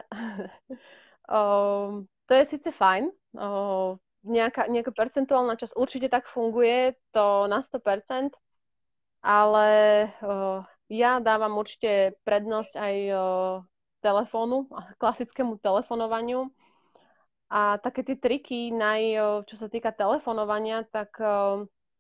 uh, to je síce fajn, uh, nejaká, nejaká percentuálna časť určite tak funguje, to na sto percent, ale uh, ja dávam určite prednosť aj uh, telefónu, klasickému telefonovaniu. A také tie triky, naj, čo sa týka telefonovania, tak uh,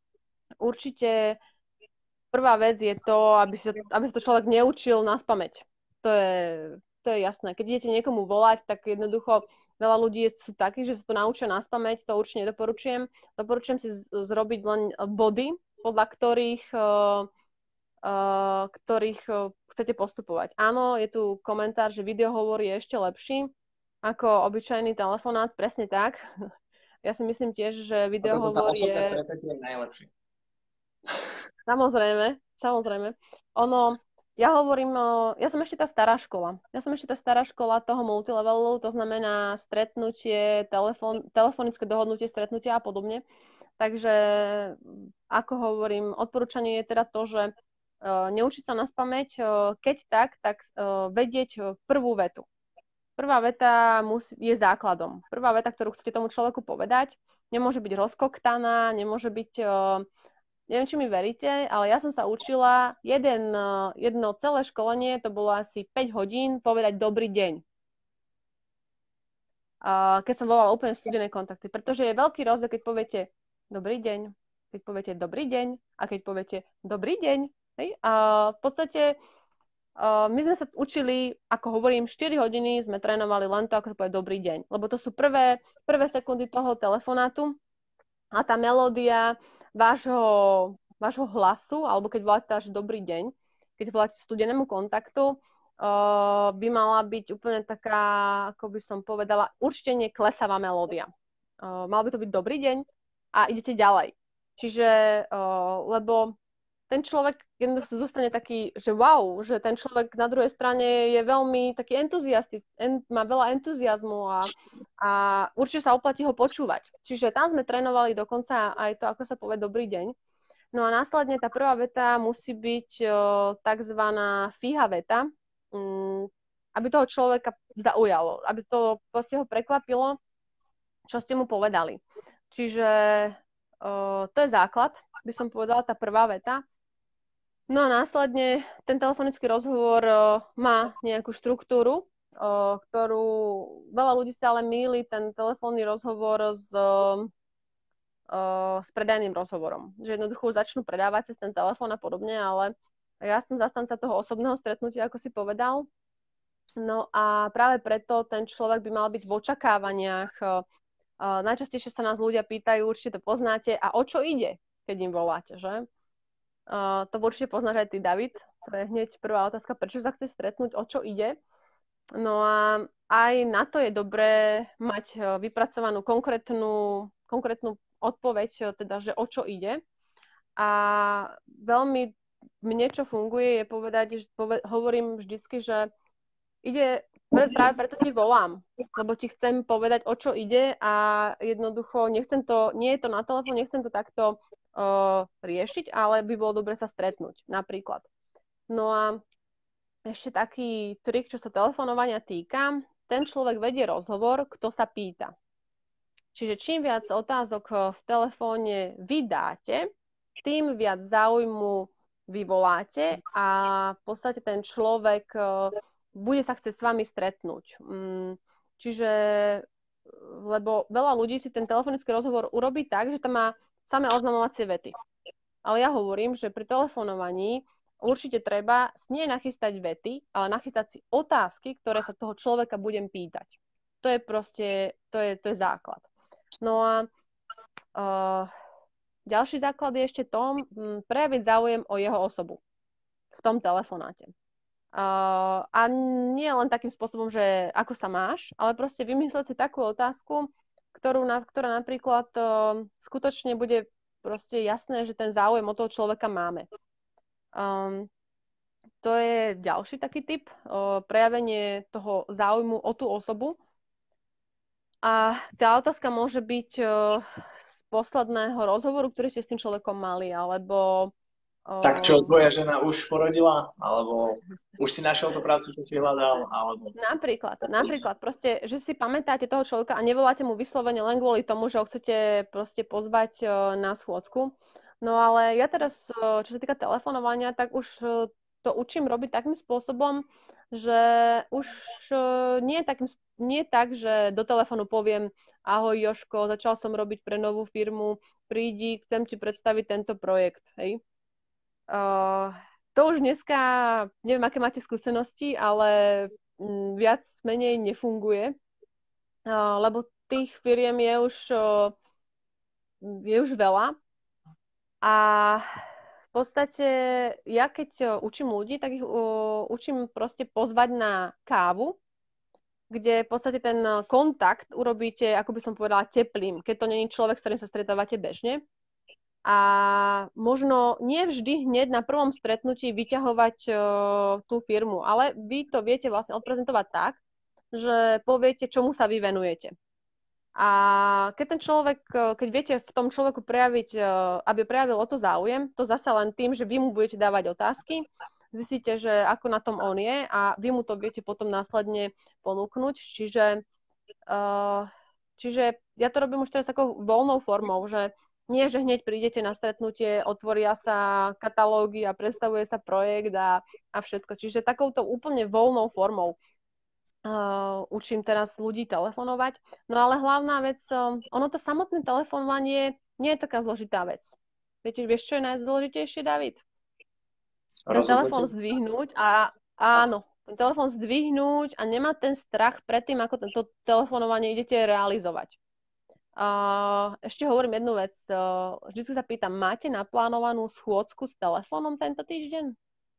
určite prvá vec je to, aby sa, aby sa to človek neučil naspamäť. To je, to je jasné. Keď idete niekomu volať, tak jednoducho veľa ľudí sú takí, že sa to naučia naspamäť, to určite nedoporučujem. Doporučujem si z- zrobiť len body, podľa ktorých, uh, uh, ktorých uh, chcete postupovať. Áno, je tu komentár, že videohovor je ešte lepší ako obyčajný telefonát, presne tak. Ja si myslím tiež, že videohovor Osobné je... stretnutie je najlepšie. Samozrejme, samozrejme. Ono, ja hovorím, ja som ešte tá stará škola. Ja som ešte tá stará škola toho multilevelu, to znamená stretnutie, telefon, telefonické dohodnutie, stretnutia a podobne. Takže, ako hovorím, odporúčanie je teda to, že uh, neučiť sa naspamäť, uh, keď tak, tak uh, vedieť prvú vetu. Prvá veta musí, je základom. Prvá veta, ktorú chcete tomu človeku povedať, nemôže byť rozkoktaná, nemôže byť, uh, neviem, či mi veríte, ale ja som sa učila jeden, uh, jedno celé školenie, to bolo asi päť hodín, povedať dobrý deň. Uh, keď som volala úplne studené kontakty. Pretože je veľký rozdiel, keď poviete dobrý deň, keď poviete dobrý deň a keď poviete dobrý deň. Hej? A v podstate Uh, my sme sa učili, ako hovorím, štyri hodiny sme trénovali len to, ako sa povie dobrý deň. Lebo to sú prvé, prvé sekundy toho telefonátu a tá melódia vášho, vášho hlasu, alebo keď voláte až dobrý deň, keď voláte studenému kontaktu, uh, by mala byť úplne taká, ako by som povedala, určite nie klesavá melódia. Uh, mal by to byť dobrý deň a idete ďalej. Čiže, uh, lebo ten človek jednoducho zostane taký, že wow, že ten človek na druhej strane je veľmi taký entuziastický, en, má veľa entuziazmu a, a určite sa oplatí ho počúvať. Čiže tam sme trénovali dokonca aj to, ako sa povie dobrý deň. No a následne tá prvá veta musí byť o, takzvaná fíha veta, um, aby toho človeka zaujalo, aby to proste ho prekvapilo, čo ste mu povedali. Čiže o, to je základ, by som povedala, tá prvá veta. No a následne ten telefonický rozhovor uh, má nejakú štruktúru, uh, ktorú veľa ľudí sa ale mýli ten telefónny rozhovor s, uh, s predajným rozhovorom. Že jednoducho začnú predávať cez ten telefón a podobne, ale ja som zastanca toho osobného stretnutia, ako si povedal. No a práve preto ten človek by mal byť v očakávaniach. Uh, uh, najčastejšie sa nás ľudia pýtajú, určite to poznáte, a o čo ide, keď im voláte, že? Uh, to určite poznáš aj ty, David. To je hneď prvá otázka, prečo sa chceš stretnúť, o čo ide. No a aj na to je dobré mať vypracovanú konkrétnu, konkrétnu odpoveď, teda, že o čo ide. A veľmi mne, čo funguje, je povedať, že poved, hovorím vždycky, že ide, práve preto ti volám, lebo ti chcem povedať, o čo ide a jednoducho nechcem to, nie je to na telefón, nechcem to takto Uh, riešiť, ale by bolo dobre sa stretnúť, napríklad. No a ešte taký trik, čo sa telefonovania týka, ten človek vedie rozhovor, kto sa pýta. Čiže čím viac otázok v telefóne vy dáte, tým viac záujmu vyvoláte a v podstate ten človek uh, bude sa chcieť s vami stretnúť. Um, čiže, lebo veľa ľudí si ten telefonický rozhovor urobí tak, že tam má samé oznamovacie vety. Ale ja hovorím, že pri telefonovaní určite treba nie nachystať vety, ale nachystať si otázky, ktoré sa toho človeka budem pýtať. To je proste, to je, to je základ. No a uh, ďalší základ je ešte tom, m, prejaviť záujem o jeho osobu v tom telefonáte. Uh, a nie len takým spôsobom, že ako sa máš, ale proste vymyslieť si takú otázku, ktorú na, ktorá napríklad uh, skutočne bude proste jasné, že ten záujem o toho človeka máme. Um, to je ďalší taký typ, uh, prejavenie toho záujmu o tú osobu. A tá otázka môže byť uh, z posledného rozhovoru, ktorý ste s tým človekom mali, alebo... Uh, tak čo, tvoja žena už porodila? Alebo už si našiel tú prácu, čo si hľadal? Alebo... Napríklad, napríklad, proste, že si pamätáte toho človeka a nevoláte mu vyslovene len kvôli tomu, že ho chcete proste pozvať uh, na schôdzku. No ale ja teraz, čo sa týka telefonovania, tak už to učím robiť takým spôsobom, že už nie je, takým, nie je tak, že do telefónu poviem ahoj Jožko, začal som robiť pre novú firmu, prídi, chcem ti predstaviť tento projekt. Hej. Uh, to už dneska, neviem, aké máte skúsenosti, ale m, viac menej nefunguje, uh, lebo tých firiem je už, uh, je už veľa. A v podstate ja keď učím ľudí, tak ich uh, učím proste pozvať na kávu, kde v podstate ten kontakt urobíte, ako by som povedala, teplým, keď to nie je človek, s ktorým sa stretávate bežne. A možno nie vždy hneď na prvom stretnutí vyťahovať uh, tú firmu, ale vy to viete vlastne odprezentovať tak, že poviete, čomu sa vy venujete. A keď ten človek, keď viete v tom človeku prejaviť, aby prejavil o to záujem, to zasa len tým, že vy mu budete dávať otázky, zistíte, že ako na tom on je a vy mu to viete potom následne ponúknuť. Čiže, uh, čiže ja to robím už teraz takou voľnou formou, že nie, že hneď prídete na stretnutie, otvoria sa katalógy a predstavuje sa projekt a, a všetko. Čiže takouto úplne voľnou formou. Uh, učím teraz ľudí telefonovať. No ale hlavná vec, um, ono to samotné telefonovanie nie je taká zložitá vec. Viete, vieš, čo je najdôležitejšie, David? Ten telefón zdvihnúť a áno, ten telefón zdvihnúť a nemať ten strach pred tým, ako tento telefonovanie idete realizovať. Uh, ešte hovorím jednu vec. Uh, vždy sa pýtam, máte naplánovanú schôdzku s telefónom tento týždeň?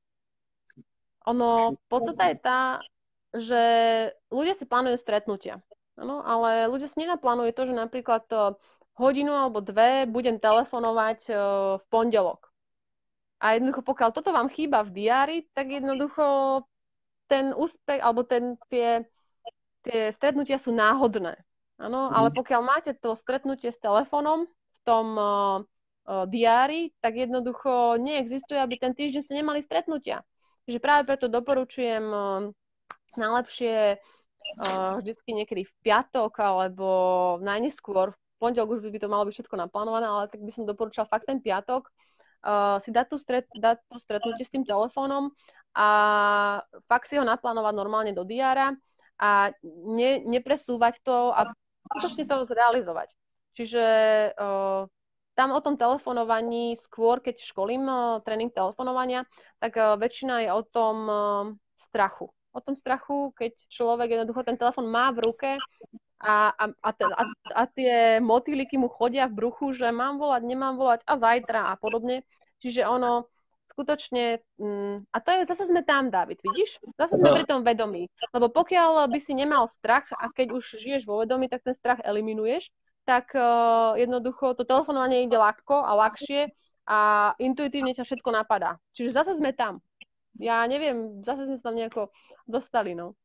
Ono, podstata je tá, že ľudia si plánujú stretnutia. Ano, ale ľudia si nenaplánujú to, že napríklad hodinu alebo dve budem telefonovať v pondelok. A jednoducho, pokiaľ toto vám chýba v diári, tak jednoducho ten úspech, alebo ten, tie, tie stretnutia sú náhodné. Ano, ale pokiaľ máte to stretnutie s telefónom v tom uh, uh, diári, tak jednoducho neexistuje, aby ten týždeň ste nemali stretnutia. Takže práve preto doporučujem uh, najlepšie uh, vždycky niekedy v piatok alebo najneskôr. V pondelok už by to malo byť všetko naplánované, ale tak by som doporučila fakt ten piatok uh, si dať, tú stret, dať to stretnutie s tým telefónom a fakt si ho naplánovať normálne do diára a ne, nepresúvať to a si to zrealizovať. Čiže uh, tam o tom telefonovaní skôr, keď školím uh, tréning telefonovania, tak uh, väčšina je o tom uh, strachu. O tom strachu, keď človek jednoducho ten telefon má v ruke a, a, a, a, a tie motýliky mu chodia v bruchu, že mám volať, nemám volať a zajtra a podobne. Čiže ono skutočne, mm, a to je, zase sme tam, David, vidíš? Zase sme pri tom vedomí. Lebo pokiaľ by si nemal strach a keď už žiješ vo vedomí, tak ten strach eliminuješ, tak uh, jednoducho to telefonovanie ide ľahko a ľahšie a intuitívne ťa všetko napadá. Čiže zase sme tam. Ja neviem, zase sme sa tam nejako dostali, no.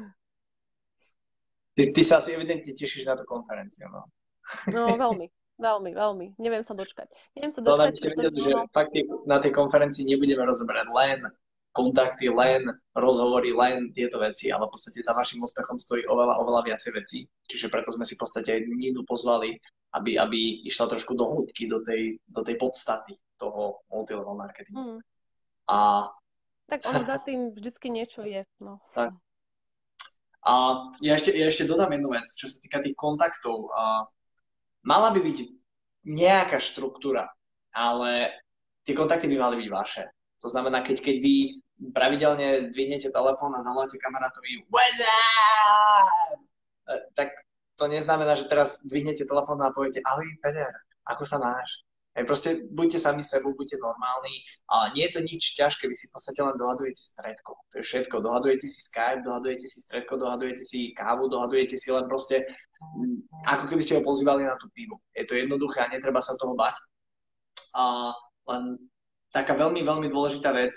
Ty, ty sa asi evidentne tešíš na tú konferenciu, no. No, veľmi, veľmi, veľmi. Neviem sa dočkať. Neviem sa dočkať. No, aby ste vedeli, že fakt na tej konferencii nebudeme rozoberať len kontakty, len rozhovory, len tieto veci, ale v podstate za vašim úspechom stojí oveľa, oveľa viacej vecí. Čiže preto sme si v podstate aj Ninu pozvali, aby, aby išla trošku do hĺbky, do tej, do tej podstaty toho multilevel marketingu. Mm. A tak ono za tým vždycky niečo je. No. Tak. A ja ešte, ja ešte dodám jednu vec, čo sa týka tých kontaktov. A mala by byť nejaká štruktúra, ale tie kontakty by mali byť vaše. To znamená, keď, keď vy pravidelne dvihnete telefón a zavoláte kamarátovi What's up? Tak to neznamená, že teraz dvihnete telefón a poviete ahoj Peter, ako sa máš? Hej, proste buďte sami sebou, buďte normálni. A nie je to nič ťažké, vy si v podstate len dohadujete stredko. To je všetko. Dohadujete si Skype, dohadujete si stredko, dohadujete si kávu, dohadujete si len proste, ako keby ste ho pozývali na tú pivu. Je to jednoduché a netreba sa toho bať. A len taká veľmi, veľmi dôležitá vec,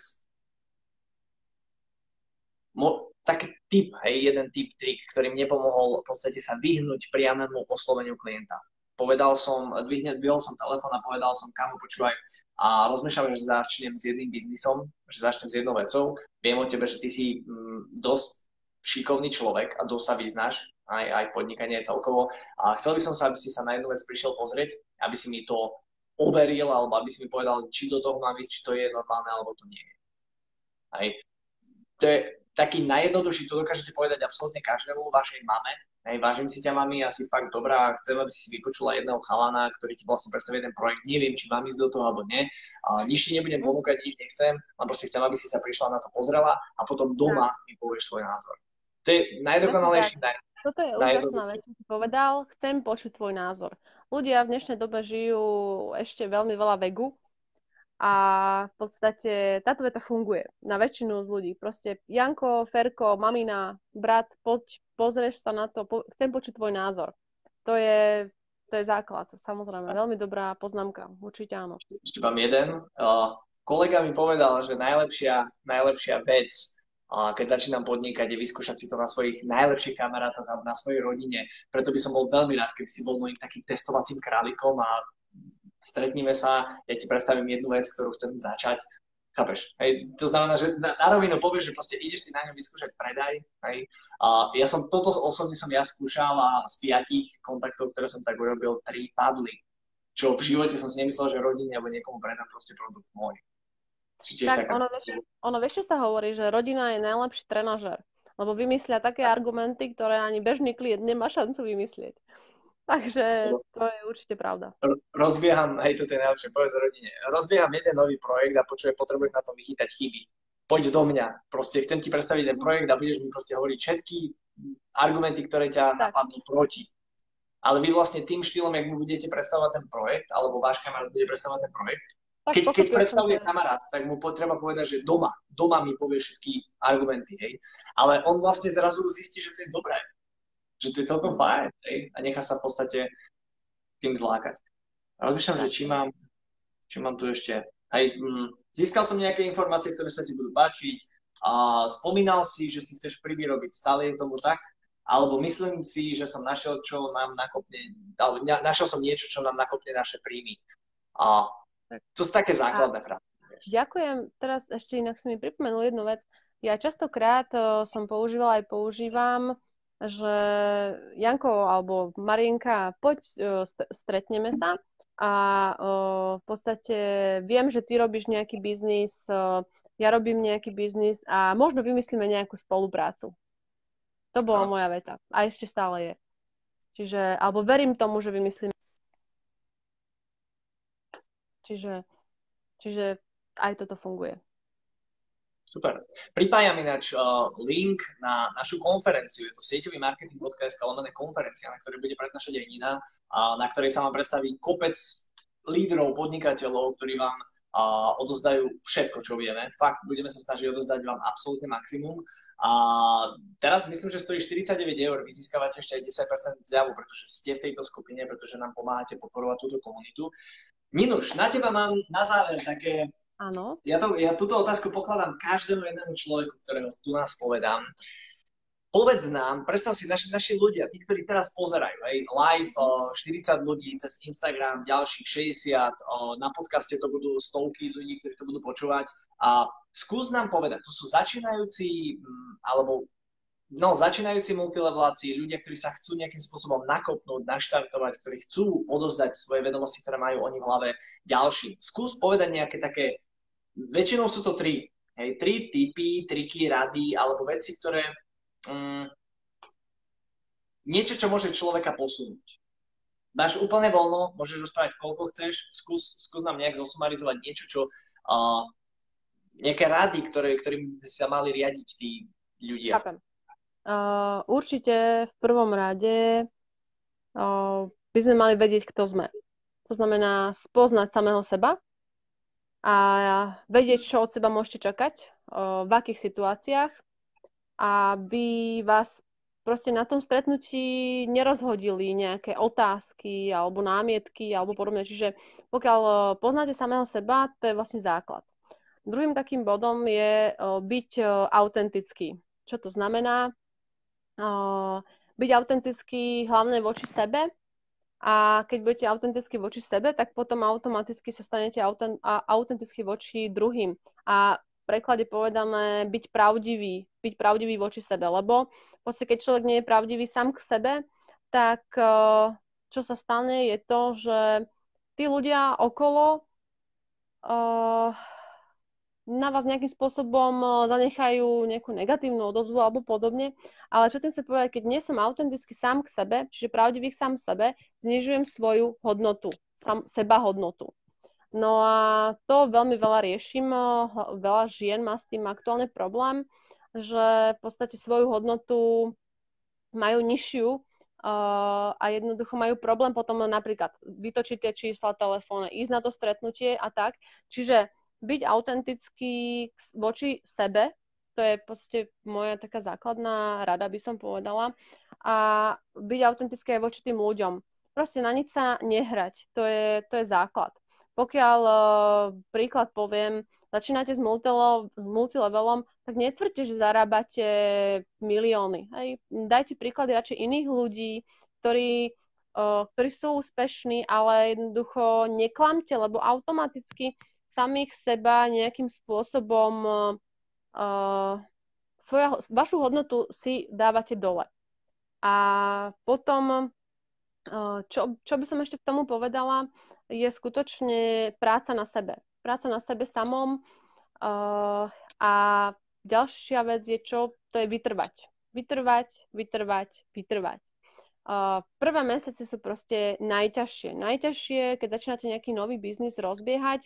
mo, taký tip, hej, jeden tip, trik, ktorý mne pomohol v podstate sa vyhnúť priamému osloveniu klienta. Povedal som, dvihol som telefón a povedal som, kamo, počúvaj, a rozmýšľam, že začnem s jedným biznisom, že začnem s jednou vecou. Viem o tebe, že ty si mm, dosť šikovný človek a dosť sa vyznáš, aj, aj podnikanie celkovo. A chcel by som sa, aby si sa na jednu vec prišiel pozrieť, aby si mi to overil, alebo aby si mi povedal, či do toho mám ísť, či to je normálne, alebo to nie je. Aj. To je taký najjednoduchší, to dokážete povedať absolútne každému, vašej mame. Hej, vážim si ťa, mami, asi fakt dobrá, chcem, aby si si vypočula jedného chalana, ktorý ti vlastne predstaví jeden projekt, neviem, či mám ísť do toho, alebo nie, a nič ti nebudem ponúkať, nič nechcem, len proste chcem, aby si sa prišla na to pozrela a potom doma tak mi povieš svoj názor. To je najdokonalejší, naj... Toto je úžasná vec, čo si povedal, chcem počuť tvoj názor. Ľudia v dnešnej dobe žijú ešte veľmi veľa vegu a v podstate táto veta funguje na väčšinu z ľudí. Proste Janko, Ferko, mamina, brat, poď, pozrieš sa na to, po, chcem počuť tvoj názor. To je, to je základ, samozrejme. Veľmi dobrá poznámka, určite áno. Ešte mám jeden. Uh, kolega mi povedal, že najlepšia, najlepšia vec, uh, keď začínam podnikať, je vyskúšať si to na svojich najlepších kamarátoch alebo na svojej rodine. Preto by som bol veľmi rád, keby si bol môjim takým testovacím králikom a stretníme sa, ja ti predstavím jednu vec, ktorú chcem začať. Chápeš? Hej, to znamená, že na, na rovinu povieš, že proste ideš si na ňom vyskúšať predaj. Hej. A ja som, toto osobne som ja skúšal a z piatich kontaktov, ktoré som tak urobil, tri padli. Čo v živote som si nemyslel, že rodine alebo niekomu predám proste produkt môj. Tak taká... ono, vieš, ono vieš, čo sa hovorí, že rodina je najlepší trenažér. Lebo vymyslia také argumenty, ktoré ani bežný klient nemá šancu vymyslieť. Takže to je určite pravda. Rozbieham, hej, to je najlepšie, povedz rodine. Rozbieham jeden nový projekt a počujem, potrebujem na tom vychytať chyby. Poď do mňa. Proste chcem ti predstaviť ten projekt a budeš mi proste hovoriť všetky argumenty, ktoré ťa tak napadnú proti. Ale vy vlastne tým štýlom, jak mu budete predstavovať ten projekt, alebo váš kamarát bude predstavovať ten projekt, tak keď, keď predstavuje kamarát, tak mu potreba povedať, že doma, doma mi povie všetky argumenty, hej. Ale on vlastne zrazu zistí, že to je dobré. Že to je celkom fajn, hej, a nechá sa v podstate tým zlákať. A rozmýšľam, že či mám, či mám tu ešte, hej, hm, získal som nejaké informácie, ktoré sa ti budú páčiť, a spomínal si, že si chceš príby robiť, stále je tomu tak, alebo myslím si, že som našiel, čo nám nakopne, alebo našiel som niečo, čo nám nakopne naše príjmy. A to sú také základné frázy. Ďakujem, teraz ešte inak si mi pripomenul jednu vec. Ja častokrát uh, som používala aj používam, že Janko alebo Marienka, poď, st- stretneme sa a uh, v podstate viem, že ty robíš nejaký biznis, uh, ja robím nejaký biznis a možno vymyslíme nejakú spoluprácu. To bola no. moja veta. A ešte stále je. Čiže, alebo verím tomu, že vymyslíme. Čiže, čiže aj toto funguje. Super. Pripájam ináč uh, link na našu konferenciu. Je to sieťový marketing bodka es ká lomené konferencia, na ktorej bude prednášať aj Nina, a na ktorej sa vám predstaví kopec lídrov, podnikateľov, ktorí vám uh, odozdajú všetko, čo vieme. Fakt, budeme sa snažiť odozdať vám absolútne maximum. A teraz myslím, že stojí štyridsaťdeväť eur. Vy získavate ešte aj desať percent zľavu, pretože ste v tejto skupine, pretože nám pomáhate podporovať túto komunitu. Ninuš, na teba mám na záver také... Áno. Ja, to, ja túto otázku pokladám každému jednému človeku, ktorého tu nás povedám. Povedz nám, predstav si, naši, naši ľudia, tí, ktorí teraz pozerajú, hej, live štyridsať ľudí, cez Instagram ďalších šesťdesiat, na podcaste to budú stovky ľudí, ktorí to budú počúvať. A skús nám povedať, to sú začínajúci, alebo no, začínajúci multileveláci, ľudia, ktorí sa chcú nejakým spôsobom nakopnúť, naštartovať, ktorí chcú odozdať svoje vedomosti, ktoré majú oni v hlave ďalším. Skús povedať nejaké také, väčšinou sú to tri, hej, tri tipy, triky, rady, alebo veci, ktoré mm, niečo, čo môže človeka posunúť. Dáš úplne voľno, môžeš rozprávať koľko chceš, skús, skús nám nejak zosumarizovať niečo, čo uh, nejaké rady, ktoré, ktorým by sa mali riadiť tí ľudia? Chápem. Uh, určite v prvom rade uh, by sme mali vedieť, kto sme. To znamená spoznať samého seba a vedieť, čo od seba môžete čakať, uh, v akých situáciách, aby vás proste na tom stretnutí nerozhodili nejaké otázky alebo námietky alebo podobne. Čiže pokiaľ uh, poznáte samého seba, to je vlastne základ. Druhým takým bodom je uh, byť uh, autentický. Čo to znamená? Uh, byť autentický hlavne voči sebe a keď budete autentický voči sebe, tak potom automaticky sa stanete autent- autentický voči druhým. A v preklade povedané byť pravdivý, byť pravdivý voči sebe, lebo vlastne keď človek nie je pravdivý sám k sebe, tak uh, čo sa stane je to, že tí ľudia okolo uh, na vás nejakým spôsobom zanechajú nejakú negatívnu odozvu alebo podobne. Ale čo tým chcem povedať, keď nie som autenticky sám k sebe, čiže pravdivý sám sebe, znižujem svoju hodnotu, sam, seba hodnotu. No a to veľmi veľa riešim, veľa žien má s tým aktuálny problém, že v podstate svoju hodnotu majú nižšiu uh, a jednoducho majú problém potom napríklad vytočiť tie čísla telefónne, ísť na to stretnutie a tak. Čiže byť autentický voči sebe, to je proste moja taká základná rada, by som povedala. A byť autentický aj voči tým ľuďom. Proste na nič sa nehrať, to je, to je základ. Pokiaľ uh, príklad poviem, začínate s, multilo, s multilevelom, tak netvrďte, že zarábate milióny. Hej. Dajte príklady radšej iných ľudí, ktorí, uh, ktorí sú úspešní, ale jednoducho neklamte, lebo automaticky samých seba nejakým spôsobom uh, svoja, vašu hodnotu si dávate dole. A potom, uh, čo, čo by som ešte k tomu povedala, je skutočne práca na sebe. Práca na sebe samom uh, a ďalšia vec je čo? To je vytrvať. Vytrvať, vytrvať, vytrvať. Uh, prvé mesiace sú proste najťažšie. Najťažšie, keď začínate nejaký nový biznis rozbiehať,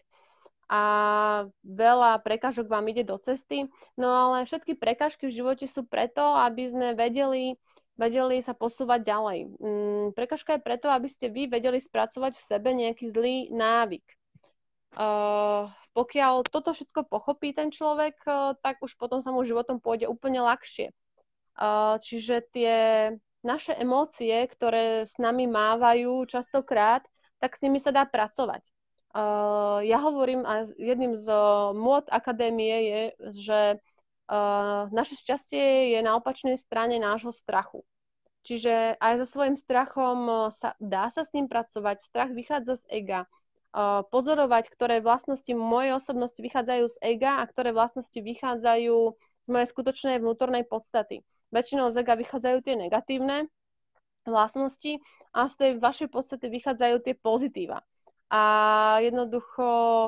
a veľa prekážok vám ide do cesty. No ale všetky prekážky v živote sú preto, aby sme vedeli, vedeli sa posúvať ďalej. Mm, prekážka je preto, aby ste vy vedeli spracovať v sebe nejaký zlý návyk. Uh, pokiaľ toto všetko pochopí ten človek, uh, tak už potom sa mu životom pôjde úplne ľahšie. Uh, čiže tie naše emócie, ktoré s nami mávajú častokrát, tak s nimi sa dá pracovať. Uh, ja hovorím, a jedným z uh, môd akadémie je, že uh, naše šťastie je na opačnej strane nášho strachu. Čiže aj so svojím strachom sa, dá sa s ním pracovať. Strach vychádza z ega. Uh, pozorovať, ktoré vlastnosti mojej osobnosti vychádzajú z ega a ktoré vlastnosti vychádzajú z mojej skutočnej vnútornej podstaty. Väčšinou z ega vychádzajú tie negatívne vlastnosti a z tej vašej podstaty vychádzajú tie pozitíva. A jednoducho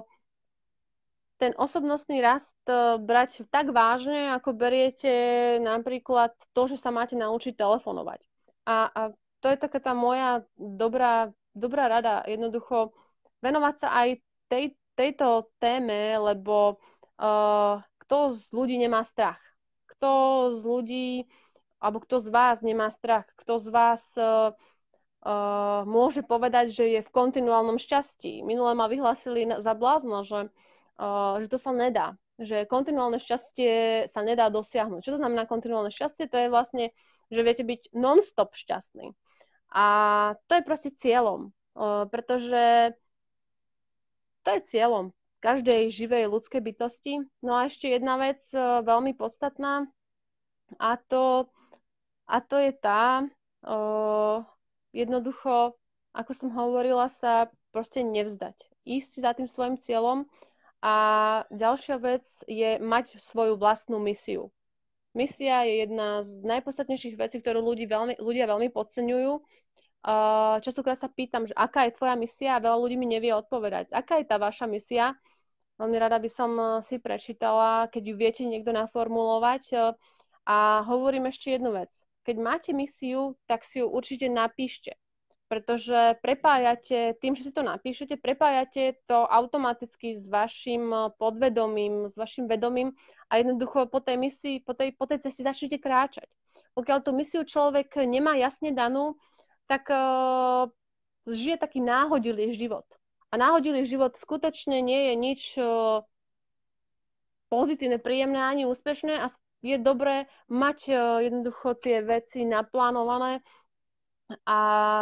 ten osobnostný rast brať tak vážne, ako beriete napríklad to, že sa máte naučiť telefonovať. A, a to je taká tá moja dobrá, dobrá rada. Jednoducho venovať sa aj tej, tejto téme, lebo uh, kto z ľudí nemá strach? Kto z ľudí, alebo kto z vás nemá strach? Kto z vás... Uh, Uh, môže povedať, že je v kontinuálnom šťastí. Minule ma vyhlásili za blázna, že, uh, že to sa nedá. Že kontinuálne šťastie sa nedá dosiahnuť. Čo to znamená kontinuálne šťastie? To je vlastne, že viete byť non-stop šťastný. A to je proste cieľom. Uh, pretože to je cieľom každej živej ľudskej bytosti. No a ešte jedna vec uh, veľmi podstatná a to, a to je tá... Uh, Jednoducho, ako som hovorila, sa proste nevzdať. Ísť za tým svojim cieľom a ďalšia vec je mať svoju vlastnú misiu. Misia je jedna z najpodstatnejších vecí, ktorú ľudí veľmi, ľudia veľmi podceňujú. Častokrát sa pýtam, že aká je tvoja misia a veľa ľudí mi nevie odpovedať. Aká je tá vaša misia? Veľmi rada by som si prečítala, keď ju viete niekto naformulovať. A hovorím ešte jednu vec. Keď máte misiu, tak si ju určite napíšte. pretože prepájate, tým, že si to napíšete, prepájate to automaticky s vašim podvedomím, s vašim vedomím a jednoducho po tej misii, po tej, po tej ceste začnete kráčať. Pokiaľ tú misiu človek nemá jasne danú, tak uh, žije taký náhodilý život. A náhodilý život skutočne nie je nič uh, pozitívne, príjemné ani úspešné a je dobré mať uh, jednoducho tie veci naplánované a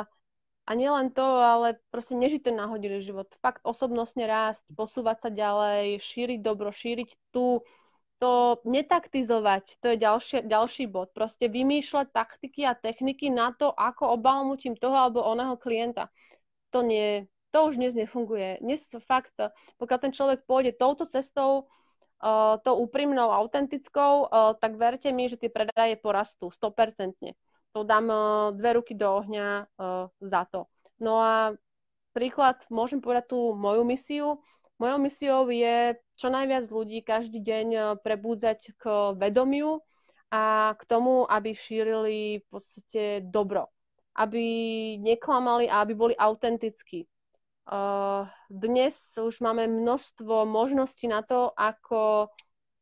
A nielen to, ale proste nežiť ten náhodilý život. Fakt osobnostne rásť, posúvať sa ďalej, šíriť dobro, šíriť tú, to netaktizovať, to je ďalšie, ďalší bod. Proste vymýšľať taktiky a techniky na to, ako obalmutím toho alebo oného klienta. To nie, to už dnes nefunguje. Dnes fakt, pokiaľ ten človek pôjde touto cestou, uh, tou úprimnou, autentickou, uh, tak verte mi, že tie predaje porastú sto percent. To dám uh, dve ruky do ohňa uh, za to. No a príklad, môžem povedať tú moju misiu. Mojou misiou je čo najviac ľudí každý deň uh, prebúdzať k vedomiu a k tomu, aby šírili v podstate dobro. Aby neklamali a aby boli autentickí. Uh, dnes už máme množstvo možností na to, ako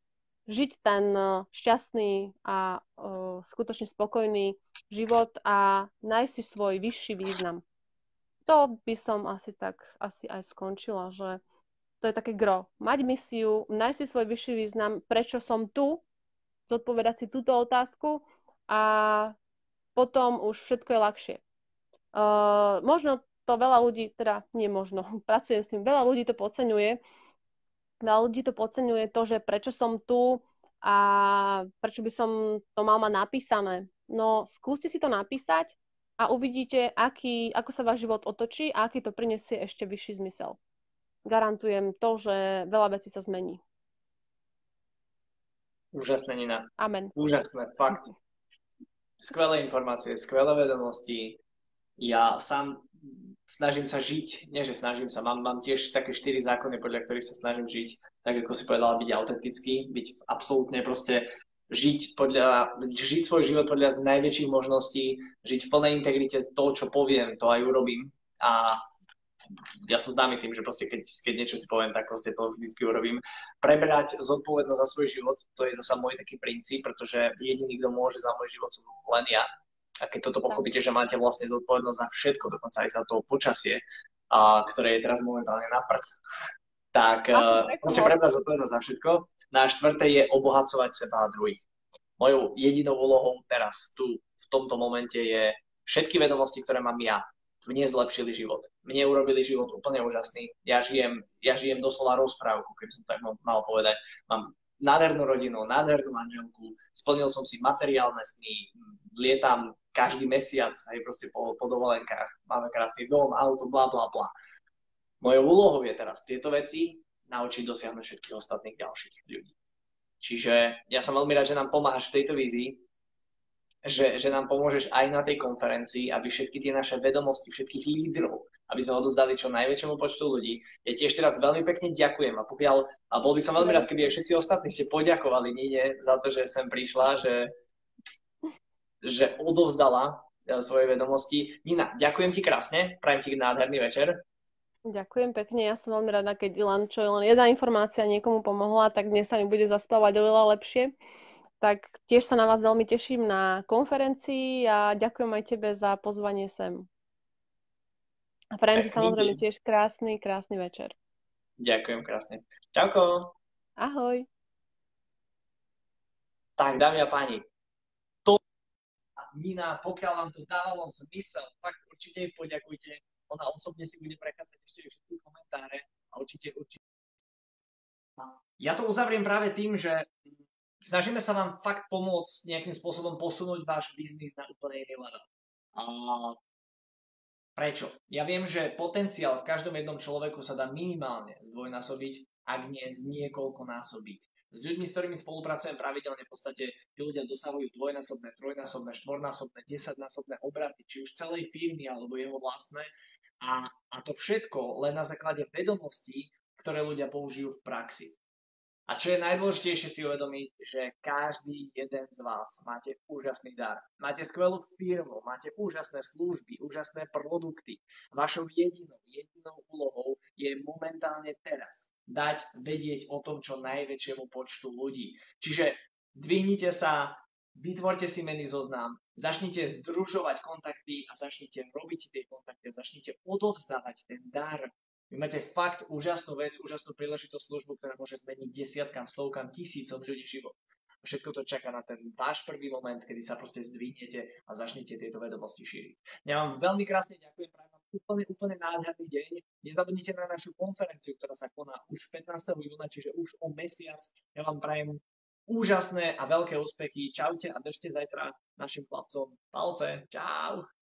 žiť ten šťastný a uh, skutočne spokojný život a nájsť si svoj vyšší význam. To by som asi tak asi aj skončila, že to je také gro. Mať misiu, nájsť si svoj vyšší význam, prečo som tu, zodpovedať si túto otázku a potom už všetko je ľahšie. Uh, možno to veľa ľudí, teda nie možno, pracujem s tým, veľa ľudí to podceňuje, Veľa ľudí to podceňuje to, že prečo som tu a prečo by som to mal mať napísané. No skúste si to napísať a uvidíte, aký, ako sa váš život otočí a aký to prinesie ešte vyšší zmysel. Garantujem to, že veľa vecí sa zmení. Úžasné, Nina. Amen. Úžasné, fakt. Skvelé informácie, skvelé vedomosti. Ja sám snažím sa žiť, nie že snažím sa, mám, mám tiež také štyri zákony, podľa ktorých sa snažím žiť, tak ako si povedala, byť autentický, byť absolútne proste žiť, podľa, žiť svoj život podľa najväčších možností, žiť v plnej integrite to, čo poviem, to aj urobím. A ja som známy tým, že proste keď, keď niečo si poviem, tak proste to vždycky urobím. Prebrať zodpovednosť za svoj život, to je zasa môj taký princíp, pretože jediný, kto môže za môj život, som len ja. A keď toto pochopíte, že máte vlastne zodpovednosť za všetko, dokonca aj za to počasie, a, ktoré je teraz momentálne na prd, tak uh, musíte prebrať zodpovednosť za všetko. Na štvrté je obohacovať seba a druhých. Mojou jedinou úlohou teraz, tu, v tomto momente je všetky vedomosti, ktoré mám ja, mne zlepšili život. Mne urobili život úplne úžasný. Ja žijem, ja žijem doslova rozprávku, keby som tak mal povedať. Mám nádhernú rodinu, nádhernú manželku, splnil som si materiálne sny, lietam každý mesiac, aj proste po, po dovolenkách, máme krásny dom, auto, bla, bla, bla. Mojou úlohou je teraz tieto veci naučiť dosiahnuť všetkých ostatných ďalších ľudí. Čiže ja som veľmi rád, že nám pomáhaš v tejto vízii, že, že nám pomôžeš aj na tej konferencii, aby všetky tie naše vedomosti, všetkých lídrov, aby sme odozdali čo najväčšiemu počtu ľudí. Ja ti ešte raz veľmi pekne ďakujem a pokiaľ, a bol by som veľmi rád, keby aj všetci ostatní ste poďakovali Nine za to, že sem prišla, že že odovzdala svoje vedomosti. Nina, ďakujem ti krásne, prajem ti nádherný večer. Ďakujem pekne, ja som veľmi rada, keď len čo len jedna informácia niekomu pomohla, tak dnes sa mi bude zaspávať oveľa lepšie. Tak tiež sa na vás veľmi teším na konferencii a ďakujem aj tebe za pozvanie sem. A prajem ti samozrejme tiež krásny, krásny večer. Ďakujem krásne. Čauko. Ahoj. Tak, dámy a páni, Nina, pokiaľ vám to dávalo zmysel, tak určite jej poďakujte. Ona osobne si bude prechádzať ešte všetky komentáre a určite, určite. Ja to uzavriem práve tým, že snažíme sa vám fakt pomôcť nejakým spôsobom posunúť váš biznis na úplne iný level. A prečo? Ja viem, že potenciál v každom jednom človeku sa dá minimálne zdvojnásobiť, ak nie z niekoľkonásobiť. S ľuďmi, s ktorými spolupracujem pravidelne, v podstate tí ľudia dosahujú dvojnásobné, trojnásobné, štvornásobné, desaťnásobné obraty, či už celej firmy alebo jeho vlastné. A, a to všetko len na základe vedomostí, ktoré ľudia použijú v praxi. A čo je najdôležitejšie si uvedomiť, že každý jeden z vás máte úžasný dar. Máte skvelú firmu, máte úžasné služby, úžasné produkty. Vašou jedinou, jedinou úlohou je momentálne teraz dať vedieť o tom čo najväčšiemu počtu ľudí. Čiže dvihnite sa, vytvorte si menný zoznam, začnite združovať kontakty a začnite robiť tie kontakty, začnite odovzdávať ten dar. Vy máte fakt úžasnú vec, úžasnú príležitosť službu, ktorá môže zmeniť desiatkam, stovkám, tisícom ľudí život. A všetko to čaká na ten váš prvý moment, kedy sa proste zdvihnete a začnete tieto vedomosti šíriť. Ja vám veľmi krásne ďakujem, prajem vám úplne, úplne nádherný deň. Nezabudnite na našu konferenciu, ktorá sa koná už pätnásteho júna, čiže už o mesiac. Ja vám prajem úžasné a veľké úspechy. Čaute a držte zajtra našim chlapcom palce. Čau.